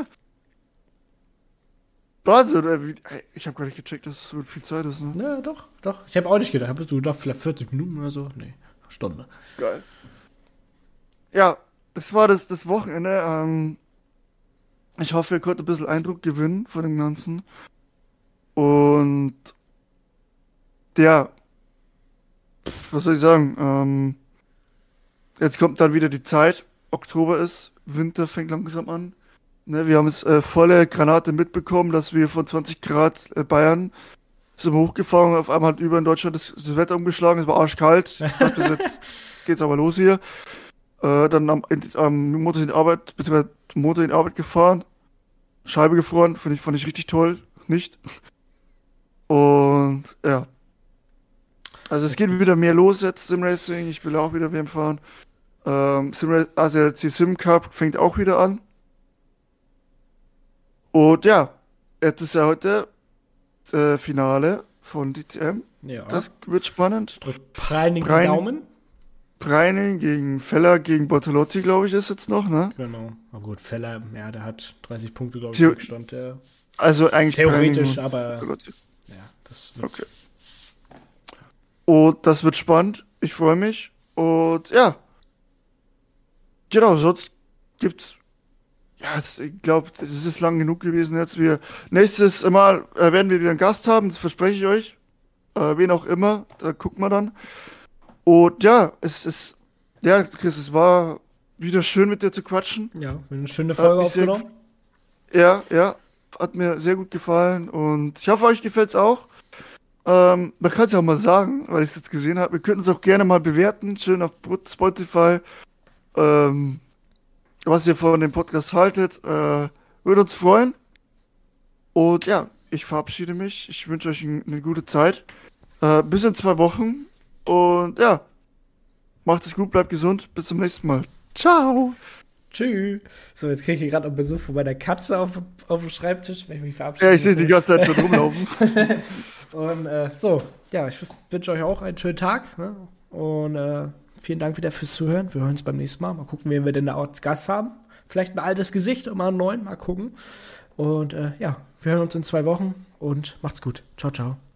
Wahnsinn, ey, wie- ey, ich habe gar nicht gecheckt, dass es so viel Zeit ist, ne? Ja, doch, doch. Ich habe auch nicht gedacht. Hab du gedacht, vielleicht vierzig Minuten oder so? Nee, Stunde. Geil. Ja, das war das, das Wochenende. Ähm, ich hoffe, ihr konntet ein bisschen Eindruck gewinnen von dem Ganzen. Und ja, pf, was soll ich sagen? Ähm, jetzt kommt dann wieder die Zeit. Oktober ist, Winter fängt langsam an. Ne, wir haben es äh, volle Granate mitbekommen, dass wir von zwanzig Grad äh, Bayern sind wir hochgefahren und auf einmal hat über in Deutschland das, das Wetter umgeschlagen. Es war arschkalt. Ich dachte, jetzt geht's aber los hier. Äh, dann am, in, am Montag in die Arbeit, beziehungsweise Montag in die Arbeit gefahren. Scheibe gefroren, finde ich, fand ich richtig toll. Nicht? Und ja. Also es Jetzt geht geht's- wieder mehr los jetzt im Racing. Ich will auch wieder W M fahren. Ähm, Sim, also jetzt die Sim Cup fängt auch wieder an. Und ja, jetzt ist ja heute äh, Finale von D T M. Ja. Das wird spannend. Drückt Preining den Preining. Daumen. Preining gegen Feller gegen Bortolotti, glaube ich, ist jetzt noch, ne? Genau. Aber gut, Feller, ja, der hat dreißig Punkte, glaube ich, Theo- Rückstand. Der Also eigentlich theoretisch, Preining und aber Bortolotti. ja, das wird. Okay. Und das wird spannend. Ich freue mich. Und ja. Genau, sonst gibt's ja, ich glaube, das ist lang genug gewesen jetzt. Wir, nächstes Mal äh, werden wir wieder einen Gast haben, das verspreche ich euch. Äh, wen auch immer, da gucken wir dann. Und ja, es ist, ja, Chris, es war wieder schön mit dir zu quatschen. Ja, eine schöne Hat Folge mich sehr aufgenommen. Ja, ja, hat mir sehr gut gefallen und ich hoffe, euch gefällt's auch. Ähm, man kann es ja auch mal sagen, weil ich es jetzt gesehen habe. Wir könnten es auch gerne mal bewerten, schön auf Spotify. Ähm, was ihr von dem Podcast haltet, äh, würde uns freuen. Und ja, ich verabschiede mich. Ich wünsche euch ein, eine gute Zeit. Äh, bis in zwei Wochen. Und ja, macht es gut, bleibt gesund. Bis zum nächsten Mal. Ciao. Tschüss. So, jetzt kriege ich gerade einen Besuch von meiner Katze auf, auf dem Schreibtisch, wenn ich mich verabschiede. Ja, ich sehe die ganze Zeit schon rumlaufen. Und äh, so, ja, ich wünsche euch auch einen schönen Tag. Ne? Und äh, vielen Dank wieder fürs Zuhören. Wir hören uns beim nächsten Mal. Mal gucken, wen wir denn da als Gast haben. Vielleicht ein altes Gesicht und mal einen neuen. Mal gucken. Und äh, ja, wir hören uns in zwei Wochen und macht's gut. Ciao, ciao.